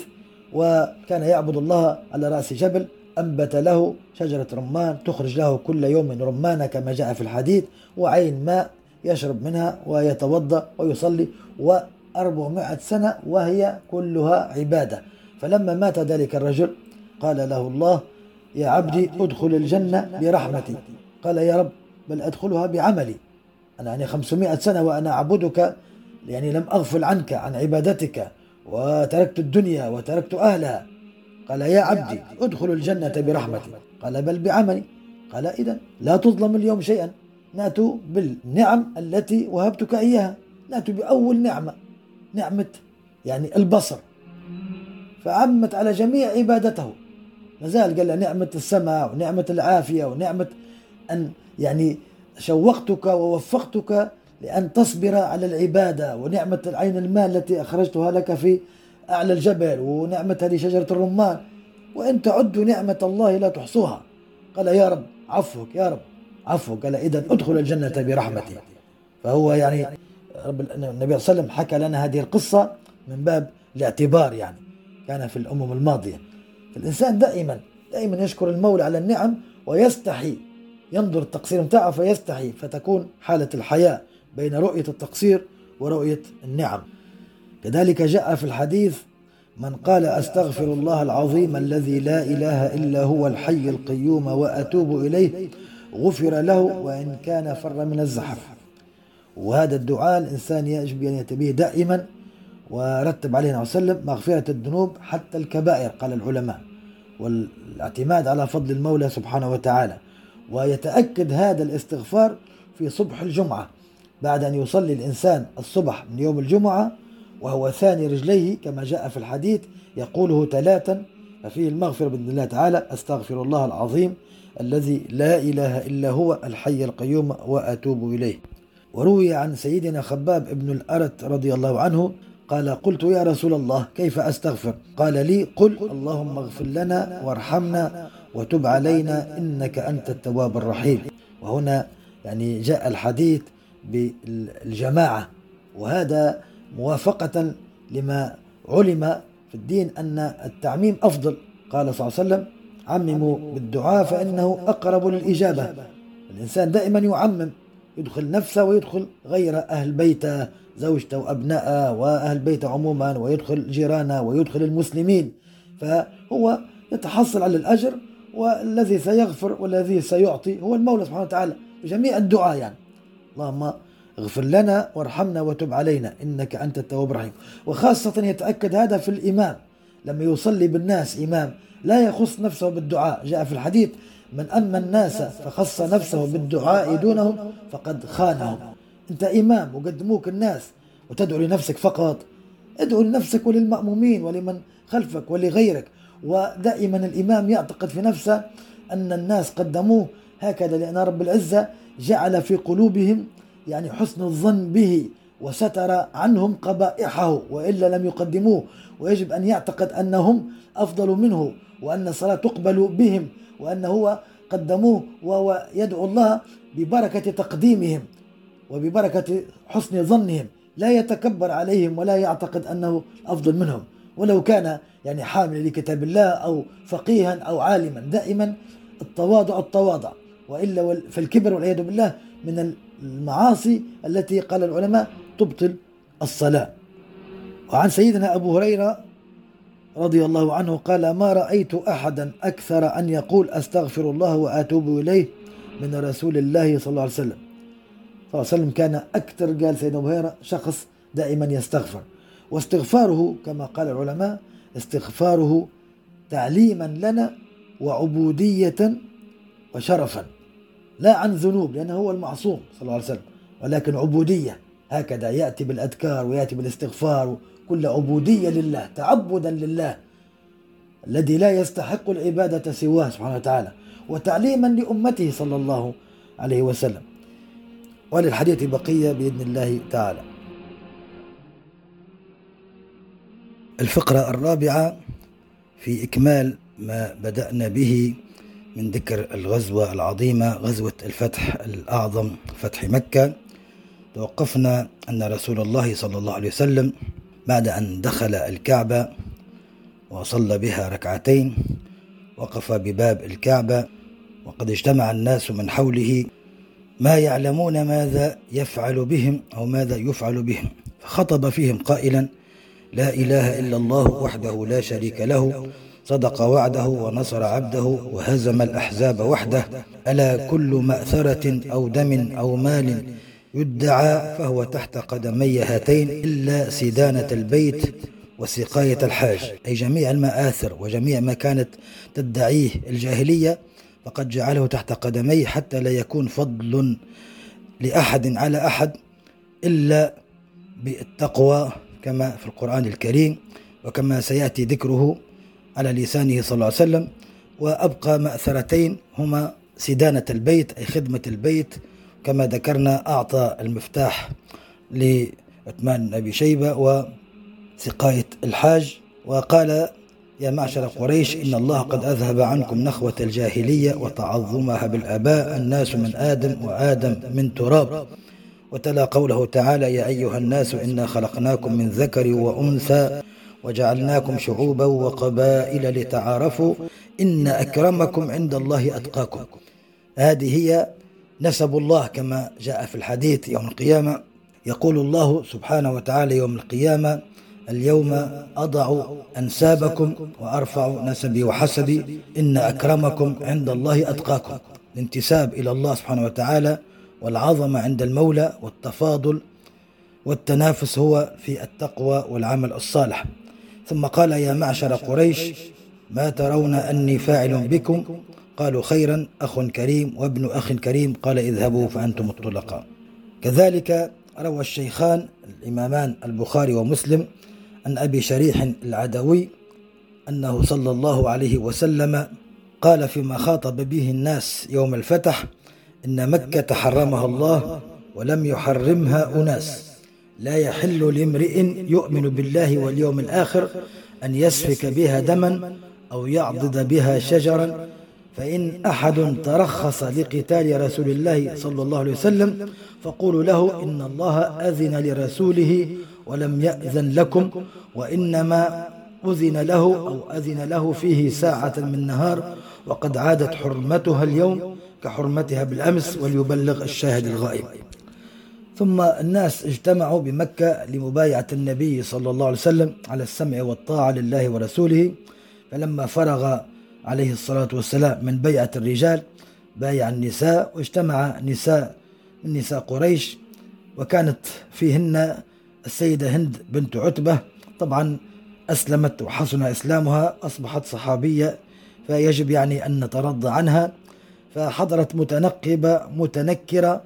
وكان يعبد الله على رأس جبل، أنبت له شجرة رمان تخرج له كل يوم رمانة كما جاء في الحديث، وعين ماء يشرب منها ويتوضأ ويصلي، وأربعمائة سنة وهي كلها عبادة. فلما مات ذلك الرجل قال له الله: يا عبدي ادخل الجنة برحمتي. قال: يا رب بل أدخلها بعملي، أنا يعني خمسمائة سنة وأنا أعبدك، يعني لم أغفل عنك عن عبادتك وتركت الدنيا وتركت أهلها. قال: يا عبدي ادخل الجنة برحمتي. قال: بل بعملي. قال: إذن لا تظلم اليوم شيئا، نأتوا بالنعم التي وهبتك إياها، نأتوا بأول نعمة، نعمة يعني البصر، فعمت على جميع عبادته. مازال قال له نعمة السمع ونعمة العافية ونعمة أن يعني شوقتك ووفقتك لأن تصبر على العبادة، ونعمة العين الماء التي أخرجتها لك في أعلى الجبل، ونعمة هذه شجرة الرمان، وإن تعدوا نعمة الله لا تحصوها. قال: يا رب عفوك يا رب عفوك. قال: إذن ادخل الجنة برحمتي. فهو يعني رب النبي صلى الله عليه وسلم حكى لنا هذه القصة من باب الاعتبار، يعني كان في الأمم الماضية. فالإنسان دائما دائما يشكر المولى على النعم ويستحي، ينظر التقصير متاعه فيستحي، فتكون حالة الحياة بين رؤية التقصير ورؤية النعم. كذلك جاء في الحديث: من قال أستغفر الله العظيم الذي لا إله إلا هو الحي القيوم وأتوب إليه غفر له وإن كان فر من الزحف. وهذا الدعاء الإنسان يجب أن يتبيه دائما، ورتب عليه عليه وسلم مغفرة الذنوب حتى الكبائر قال العلماء، والاعتماد على فضل المولى سبحانه وتعالى. ويتأكد هذا الاستغفار في صبح الجمعة بعد أن يصلي الإنسان الصبح من يوم الجمعة وهو ثاني رجليه كما جاء في الحديث، يقوله ثلاثا ففيه المغفرة بإذن الله تعالى: أستغفر الله العظيم الذي لا إله إلا هو الحي القيوم وأتوب إليه. وروي عن سيدنا خباب ابن الأرت رضي الله عنه قال: قلت يا رسول الله كيف أستغفر؟ قال لي: قل اللهم اغفر لنا وارحمنا وتب علينا إنك أنت التواب الرحيم. وهنا يعني جاء الحديث بالجماعة، وهذا موافقة لما علم في الدين أن التعميم أفضل. قال صلى الله عليه وسلم: عمموا بالدعاء فإنه أقرب للإجابة. الإنسان دائما يعمم، يدخل نفسه ويدخل غير أهل بيته، زوجته وأبنائه وأهل بيته عموما، ويدخل جيرانه ويدخل المسلمين. فهو يتحصل على الأجر، والذي سيغفر والذي سيعطي هو المولى سبحانه وتعالى بجميع الدعاء. يعني اللهم اغفر لنا وارحمنا وتب علينا إنك أنت التواب الرحيم. وخاصة يتأكد هذا في الإمام لما يصلي بالناس، إمام لا يخص نفسه بالدعاء. جاء في الحديث: من أما الناس فخص نفسه بالدعاء دونهم فقد خانهم. أنت إمام وقدموك الناس وتدعو لنفسك فقط، ادعو لنفسك وللمأمومين ولمن خلفك ولغيرك. ودائما الإمام يعتقد في نفسه أن الناس قدموه هكذا، لأن رب العزة جعل في قلوبهم يعني حسن الظن به وستر عنهم قبائحه، وإلا لم يقدموه. ويجب أن يعتقد أنهم أفضل منه، وأن الصلاة تقبل بهم، وأن هو قدموه، وهو يدعو الله ببركة تقديمهم وببركة حسن ظنهم، لا يتكبر عليهم ولا يعتقد أنه أفضل منهم، ولو كان يعني حامل لكتاب الله أو فقيها أو عالما. دائما التواضع التواضع، وإلا فالكبر والعياذ بالله من المعاصي التي قال العلماء تبطل الصلاة. وعن سيدنا أبو هريرة رضي الله عنه قال: ما رأيت أحدا أكثر أن يقول أستغفر الله وأتوب إليه من رسول الله صلى الله عليه وسلم. صلى الله عليه وسلم كان أكثر، قال سيدنا أبو هريرة، شخص دائما يستغفر. واستغفاره كما قال العلماء استغفاره تعليما لنا وعبودية وشرفا، لا عن ذنوب لأنه هو المعصوم صلى الله عليه وسلم، ولكن عبودية. هكذا يأتي بالأذكار ويأتي بالاستغفار، كل عبودية لله، تعبدا لله الذي لا يستحق العبادة سواه سبحانه وتعالى، وتعليما لأمته صلى الله عليه وسلم. وللحديث بقية بإذن الله تعالى. الفقرة الرابعة في إكمال ما بدأنا به من ذكر الغزوة العظيمة، غزوة الفتح الأعظم، فتح مكة. توقفنا أن رسول الله صلى الله عليه وسلم بعد أن دخل الكعبة وصلى بها ركعتين وقف بباب الكعبة، وقد اجتمع الناس من حوله ما يعلمون ماذا يفعل بهم أو ماذا يفعل بهم، فخطب فيهم قائلا: لا إله إلا الله وحده لا شريك له، صدق وعده ونصر عبده وهزم الأحزاب وحده، ألا كل مأثرة أو دم أو مال يدعى فهو تحت قدمي هاتين إلا سدانة البيت وسقاية الحاج، أي جميع المآثر وجميع ما كانت تدعيه الجاهلية فقد جعله تحت قدميه، حتى لا يكون فضل لأحد على أحد إلا بالتقوى كما في القرآن الكريم وكما سيأتي ذكره على لسانه صلى الله عليه وسلم. وأبقى مأثرتين هما سدانة البيت أي خدمة البيت، كما ذكرنا أعطى المفتاح لعثمان بن أبي شيبة وسقاية الحاج، وقال: يا معشر قريش إن الله قد أذهب عنكم نخوة الجاهلية وتعظمها بالآباء، الناس من آدم وآدم من تراب. وتلا قوله تعالى: يا أيها الناس إنا خلقناكم من ذكر وأنثى وجعلناكم شعوبا وقبائل لتعارفوا إن أكرمكم عند الله أتقاكم. هذه هي نسب الله كما جاء في الحديث يوم القيامة. يقول الله سبحانه وتعالى يوم القيامة: اليوم أضع أنسابكم وأرفع نسبي وحسبي إن أكرمكم عند الله أتقاكم. الانتساب إلى الله سبحانه وتعالى والعظمة عند المولى والتفاضل والتنافس هو في التقوى والعمل الصالح. ثم قال: يا معشر قريش ما ترون أني فاعل بكم؟ قالوا: خيرا، أخ كريم وابن أخ كريم. قال: اذهبوا فأنتم الطلقاء. كذلك روى الشيخان الإمامان البخاري ومسلم عن أبي شريح العدوي أنه صلى الله عليه وسلم قال فيما خاطب به الناس يوم الفتح: إن مكة حرمها الله ولم يحرمها أناس، لا يحل لامرئ يؤمن بالله واليوم الآخر أن يسفك بها دما أو يعضد بها شجرا، فإن أحد ترخص لقتال رسول الله صلى الله عليه وسلم فقولوا له إن الله أذن لرسوله ولم يأذن لكم، وإنما أذن له أو أذن له فيه ساعة من نهار، وقد عادت حرمتها اليوم كحرمتها بالأمس، وليبلغ الشاهد الغائب. ثم الناس اجتمعوا بمكة لمبايعة النبي صلى الله عليه وسلم على السمع والطاعة لله ورسوله. فلما فرغ عليه الصلاة والسلام من بيعة الرجال بايع النساء، واجتمع نساء من نساء قريش، وكانت فيهن السيدة هند بنت عتبة. طبعا أسلمت وحسن إسلامها، أصبحت صحابية، فيجب يعني أن نترضى عنها. فحضرت متنقبة متنكرة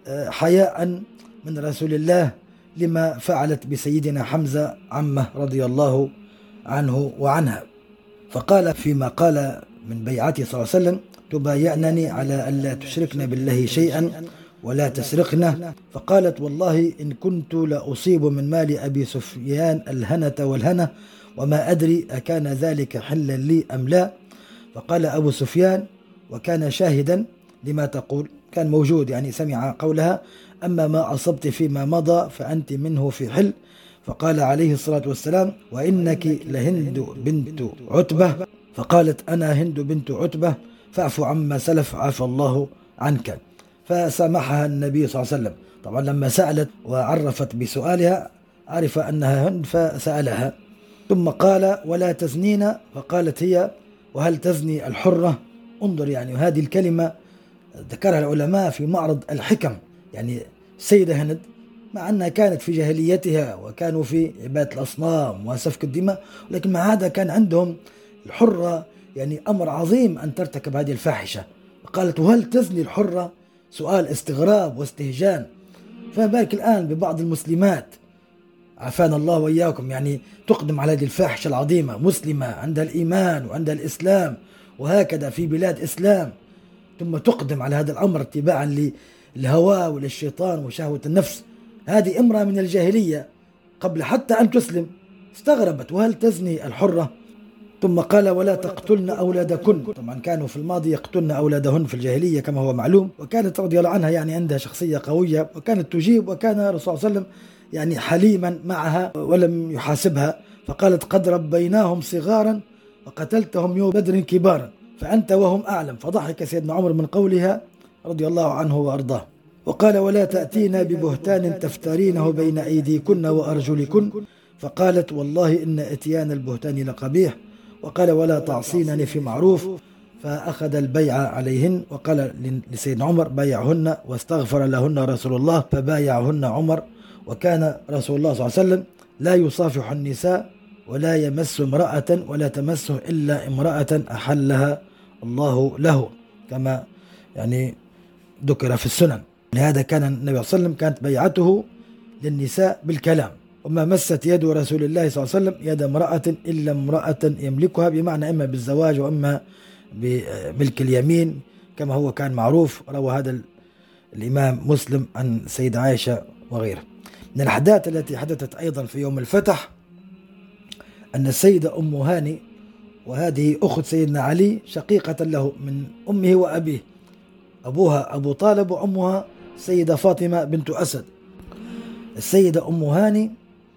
حياء من رسول الله لما فعلت بسيدنا حمزة عمه رضي الله عنه وعنها. فقال فيما قال من بيعته صلى الله عليه وسلم: تبايعنني على ألا تشركن بالله شيئا ولا تسرقنا. فقالت: والله إن كنت لأصيب من مال أبي سفيان الهنة والهنة، وما أدري أكان ذلك حلا لي أم لا. فقال أبو سفيان، وكان شاهدا لما تقول، كان موجود يعني سمع قولها: أما ما أصبت فيما مضى فأنت منه في حل. فقال عليه الصلاة والسلام: وإنك لهند بنت عتبة. فقالت: أنا هند بنت عتبة، فاعف عما سلف عفى الله عنك. فسامحها النبي صلى الله عليه وسلم. طبعا لما سألت وعرفت بسؤالها عرف أنها هند فسألها. ثم قال: ولا تزنين. فقالت هي: وهل تزني الحرة؟ انظر، يعني هذه الكلمة ذكرها العلماء في معرض الحكم. يعني السيدة هند مع أنها كانت في جاهليتها وكانوا في عبادة الأصنام وسفك الدماء، ولكن مع هذا كان عندهم الحرة يعني أمر عظيم أن ترتكب هذه الفاحشة. قالت: وهل تزني الحرة؟ سؤال استغراب واستهجان. فبالك الآن ببعض المسلمات عافانا الله وإياكم، يعني تقدم على هذه الفاحشة العظيمة، مسلمة عندها الإيمان وعندها الإسلام وهكذا في بلاد إسلام، ثم تقدم على هذا الأمر اتباعا للهوى وللشيطان وشهوة النفس. هذه امرأة من الجاهلية قبل حتى أن تسلم، استغربت: وهل تزني الحرة؟ ثم قال: ولا تقتلن أولادكن. طبعا كانوا في الماضي يقتلن أولادهن في الجاهلية كما هو معلوم. وكانت رضي الله عنها يعني عندها شخصية قوية، وكانت تجيب، وكان الرسول صلى الله عليه وسلم يعني حليما معها ولم يحاسبها. فقالت: قد ربيناهم صغارا وقتلتهم يوم بدر كبارا، فأنت وهم أعلم. فضحك سيدنا عمر من قولها رضي الله عنه وأرضاه. وقال: ولا تأتينا ببهتان تفترينه بين أيديكن وأرجلكن. فقالت: والله إن إتيان البهتان لقبيح. وقال: ولا تعصينني في معروف. فأخذ البيع عليهن، وقال لسيدنا عمر: بايعهن. واستغفر لهن رسول الله فبايعهن عمر. وكان رسول الله صلى الله عليه وسلم لا يصافح النساء ولا يمس امرأة ولا تمسه إلا امرأة أحلها الله له، كما يعني ذكر في السنن. لهذا كان النبي صلى الله عليه وسلم كانت بيعته للنساء بالكلام. وما مست يد رسول الله صلى الله عليه وسلم يد امرأة إلا امرأة يملكها، بمعنى إما بالزواج وإما بملك اليمين كما هو كان معروف. روى هذا الإمام مسلم عن سيدة عائشة وغيره. من الأحداث التي حدثت أيضا في يوم الفتح أن السيدة أم هاني، وهذه أخت سيدنا علي شقيقة له من أمه وأبيه، أبوها أبو طالب وأمها السيدة فاطمة بنت أسد. السيدة أم هاني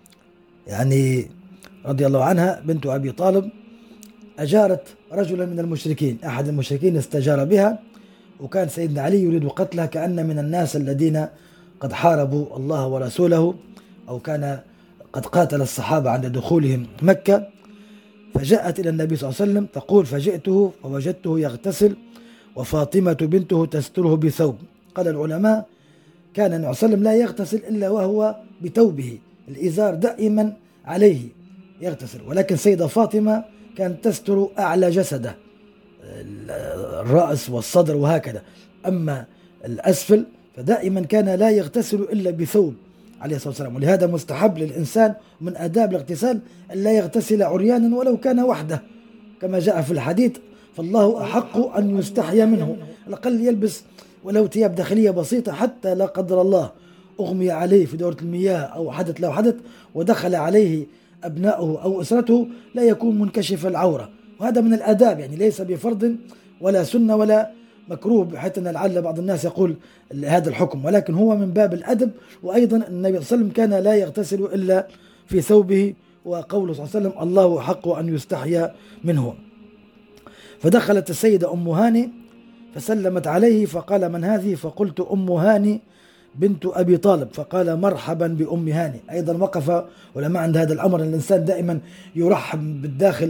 يعني رضي الله عنها بنت أبي طالب أجارت رجلا من المشركين، أحد المشركين استجار بها، وكان سيدنا علي يريد قتلها، كأن من الناس الذين قد حاربوا الله ورسوله، أو كان قد قاتل الصحابة عند دخولهم مكة. فجاءت إلى النبي صلى الله عليه وسلم تقول: فجئته فوجدته يغتسل وفاطمة بنته تستره بثوب. قال العلماء: كان النبي صلى الله عليه وسلم لا يغتسل إلا وهو بثوبه، الإزار دائما عليه يغتسل، ولكن سيدة فاطمة كانت تستر أعلى جسده، الرأس والصدر وهكذا، أما الأسفل فدائما كان لا يغتسل إلا بثوب عليه الصلاة والسلام. ولهذا مستحب للإنسان من آداب الاغتسال أن لا يغتسل عريانا ولو كان وحده، كما جاء في الحديث: فالله أحق أن يستحيا منه. على الأقل يلبس ولو ثياب داخلية بسيطة، حتى لا قدر الله أغمي عليه في دورة المياه أو حدث له حدث ودخل عليه أبنائه أو أسرته لا يكون منكشف العورة. وهذا من الآداب، يعني ليس بفرض ولا سنة ولا مكروه، بحيث أن لعل بعض الناس يقول هذا الحكم، ولكن هو من باب الأدب. وأيضا النبي صلى الله عليه وسلم كان لا يغتسل إلا في ثوبه، وقوله صلى الله عليه وسلم: الله حق أن يستحيا منه. فدخلت السيدة أم هاني فسلمت عليه، فقال: من هذه؟ فقلت: أم هاني بنت أبي طالب، فقال مرحبا بأم هاني. أيضا وقف ولما عند هذا الأمر، الإنسان دائما يرحب بالداخل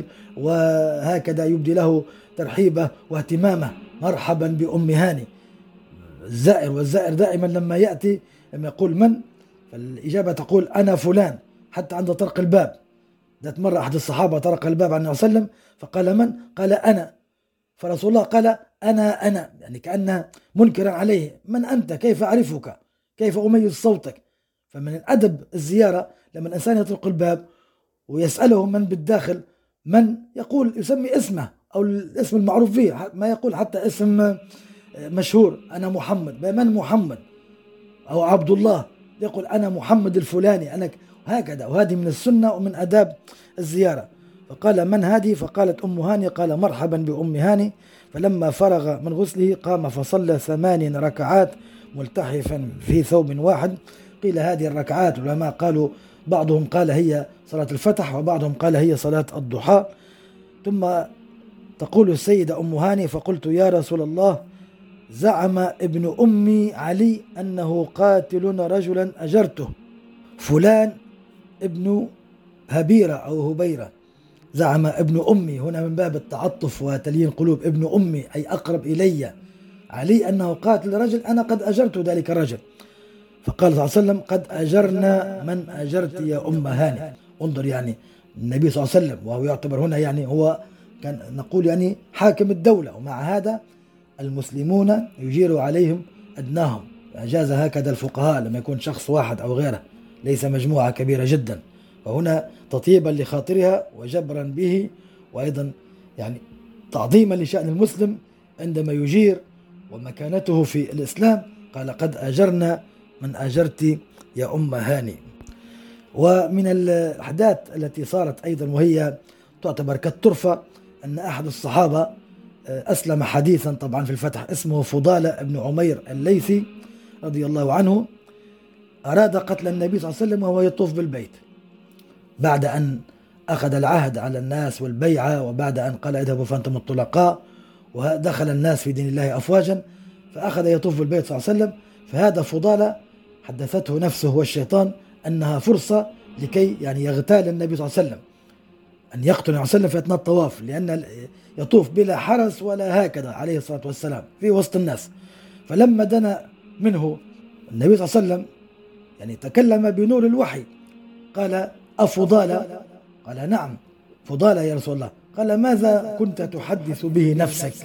وهكذا يبدي له ترحيبه واهتمامه، مرحبا بأم هاني الزائر. والزائر دائما لما يأتي لما يقول من، فالإجابة تقول أنا فلان، حتى عند طرق الباب. ذات مرة أحد الصحابة طرق الباب عن النبي صلى الله عليه وسلم فقال من؟ قال أنا. فرسول الله قال أنا أنا، يعني كأنه منكرا عليه، من أنت؟ كيف أعرفك؟ كيف أميز صوتك؟ فمن الأدب الزيارة لما الإنسان يطرق الباب ويسأله من بالداخل من، يقول يسمي اسمه أو الاسم المعروف فيه، ما يقول حتى اسم مشهور، أنا محمد، من محمد أو عبد الله، يقول أنا محمد الفلاني، أنا هكذا. وهذه من السنة ومن أداب الزيارة. فقال من هذه؟ فقالت أم هاني. قال مرحبا بأم هاني. فلما فرغ من غسله قام فصلى ثمان ركعات ملتحفا في ثوب واحد. قيل هذه الركعات العلماء قالوا بعضهم قال هي صلاة الفتح وبعضهم قال هي صلاة الضحى. ثم تقول السيدة أم هاني فقلت يا رسول الله زعم ابن أمي علي أنه قاتل رجلا أجرته، فلان ابن هبيرة أو هبيرة. زعم ابن أمي هنا من باب التعطف وتليين قلوب، ابن أمي أي أقرب إلي، علي أنه قاتل رجل أنا قد أجرت ذلك الرجل. فقال صلى الله عليه وسلم قد أجرنا من أجرت يا أم هاني. انظر يعني النبي صلى الله عليه وسلم وهو يعتبر هنا يعني هو كان نقول يعني حاكم الدولة، ومع هذا المسلمون يجير عليهم أدناهم. أجاز هكذا الفقهاء لما يكون شخص واحد أو غيره، ليس مجموعة كبيرة جدا. وهنا تطيبا لخاطرها وجبرا به، وأيضا يعني تعظيما لشأن المسلم عندما يجير ومكانته في الإسلام، قال قد أجرنا من أجرت يا أم هاني. ومن الأحداث التي صارت أيضا وهي تعتبر كالطرفة أن أحد الصحابة أسلم حديثا طبعا في الفتح، اسمه فضالة بن عمير الليثي رضي الله عنه، أراد قتل النبي صلى الله عليه وسلم وهو يطوف بالبيت بعد أن أخذ العهد على الناس والبيعة، وبعد أن قال اذهبوا فأنتم الطلقاء، ودخل الناس في دين الله أفواجا، فأخذ يطوف بالبيت صلى الله عليه وسلم. فهذا فضالة حدثته نفسه والشيطان أنها فرصة لكي يعني يغتال النبي صلى الله عليه وسلم، أن يقتل النبي صلى الله عليه وسلم في أثناء الطواف، لأن يطوف بلا حرس ولا هكذا عليه الصلاة والسلام في وسط الناس. فلما دنا منه النبي صلى الله عليه وسلم يعني تكلم بنور الوحي، قال أفضالة؟ قال نعم فضالة يا رسول الله. قال ماذا كنت تحدث به نفسك؟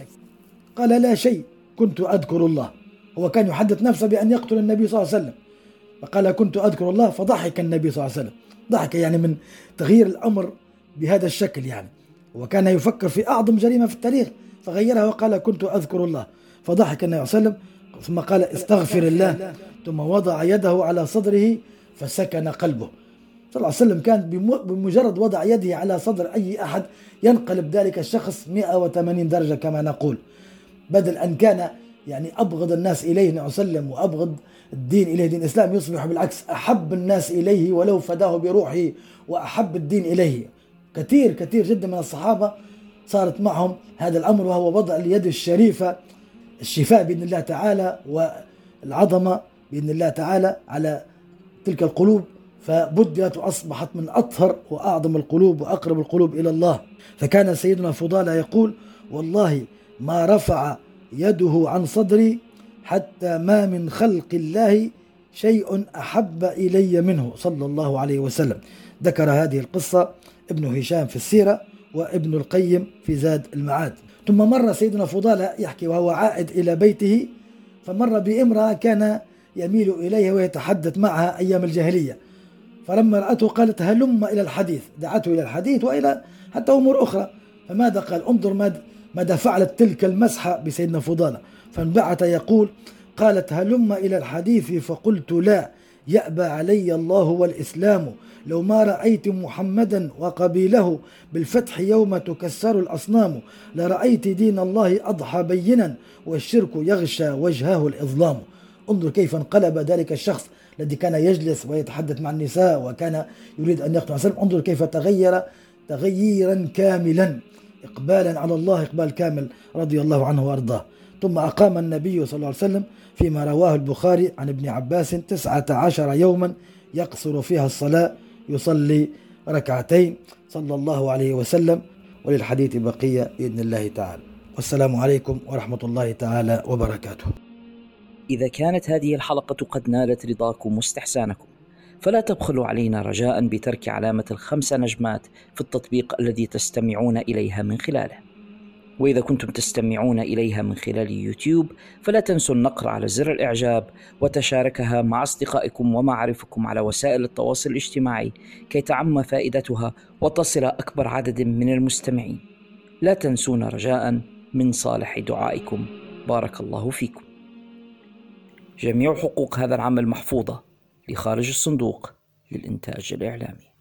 قال لا شيء، كنت أذكر الله. هو كان يحدث نفسه بأن يقتل النبي صلى الله عليه وسلم، فقال كنت أذكر الله، فضحك النبي صلى الله عليه وسلم. ضحك يعني من تغيير الأمر بهذا الشكل، يعني وكان يفكر في أعظم جريمة في التاريخ فغيرها وقال كنت أذكر الله، فضحك النبي صلى الله عليه وسلم. ثم قال استغفر الله، ثم وضع يده على صدره فسكن قلبه. صلى الله عليه وسلم كان بمجرد وضع يده على صدر أي أحد ينقلب ذلك الشخص مئة وثمانين درجة كما نقول، بدل أن كان يعني أبغض الناس إليه صلى الله عليه وسلم وأبغض الدين إليه دين الإسلام، يصبح بالعكس أحب الناس إليه ولو فداه بروحه، وأحب الدين إليه. كثير كثير جدا من الصحابة صارت معهم هذا الأمر، وهو وضع اليد الشريفة الشفاء بإذن الله تعالى والعظمة بإذن الله تعالى على تلك القلوب، فبدت وأصبحت من أطهر وأعظم القلوب وأقرب القلوب إلى الله. فكان سيدنا فضالة يقول والله ما رفع يده عن صدري حتى ما من خلق الله شيء أحب إلي منه صلى الله عليه وسلم. ذكر هذه القصة ابن هشام في السيرة وابن القيم في زاد المعاد. ثم مر سيدنا فضالة يحكي وهو عائد إلى بيته، فمر بامرأة كان يميل إليها ويتحدث معها أيام الجاهلية، فلما رأته قالت هلم إلى الحديث، دعته إلى الحديث وإلى حتى أمور أخرى. فماذا قال؟ انظر ماذا فعلت تلك المسحة بسيدنا فضالة. فانبعث يقول قالت هلم إلى الحديث فقلت لا، يأبى علي الله والإسلام، لو ما رأيت محمدا وقبيله بالفتح يوم تكسر الأصنام، لرأيت دين الله أضحى بينا والشرك يغشى وجهه الإظلام. انظر كيف انقلب ذلك الشخص الذي كان يجلس ويتحدث مع النساء وكان يريد أن يقتل وسلم، انظر كيف تغير تغييرا كاملا، إقبالا على الله إقبال كامل رضي الله عنه وأرضاه. ثم أقام النبي صلى الله عليه وسلم فيما رواه البخاري عن ابن عباس تسعة عشر يوما يقصر فيها الصلاة، يصلي ركعتين صلى الله عليه وسلم. وللحديث بقية بإذن الله تعالى. والسلام عليكم ورحمة الله تعالى وبركاته. إذا كانت هذه الحلقة قد نالت رضاكم واستحسانكم، فلا تبخلوا علينا رجاء بترك علامة الخمس نجمات في التطبيق الذي تستمعون إليها من خلاله. وإذا كنتم تستمعون إليها من خلال يوتيوب، فلا تنسوا النقر على زر الإعجاب وتشاركها مع أصدقائكم ومعارفكم على وسائل التواصل الاجتماعي كي تعم فائدتها وتصل أكبر عدد من المستمعين. لا تنسونا رجاء من صالح دعائكم. بارك الله فيكم. جميع حقوق هذا العمل محفوظة لخارج الصندوق للإنتاج الإعلامي.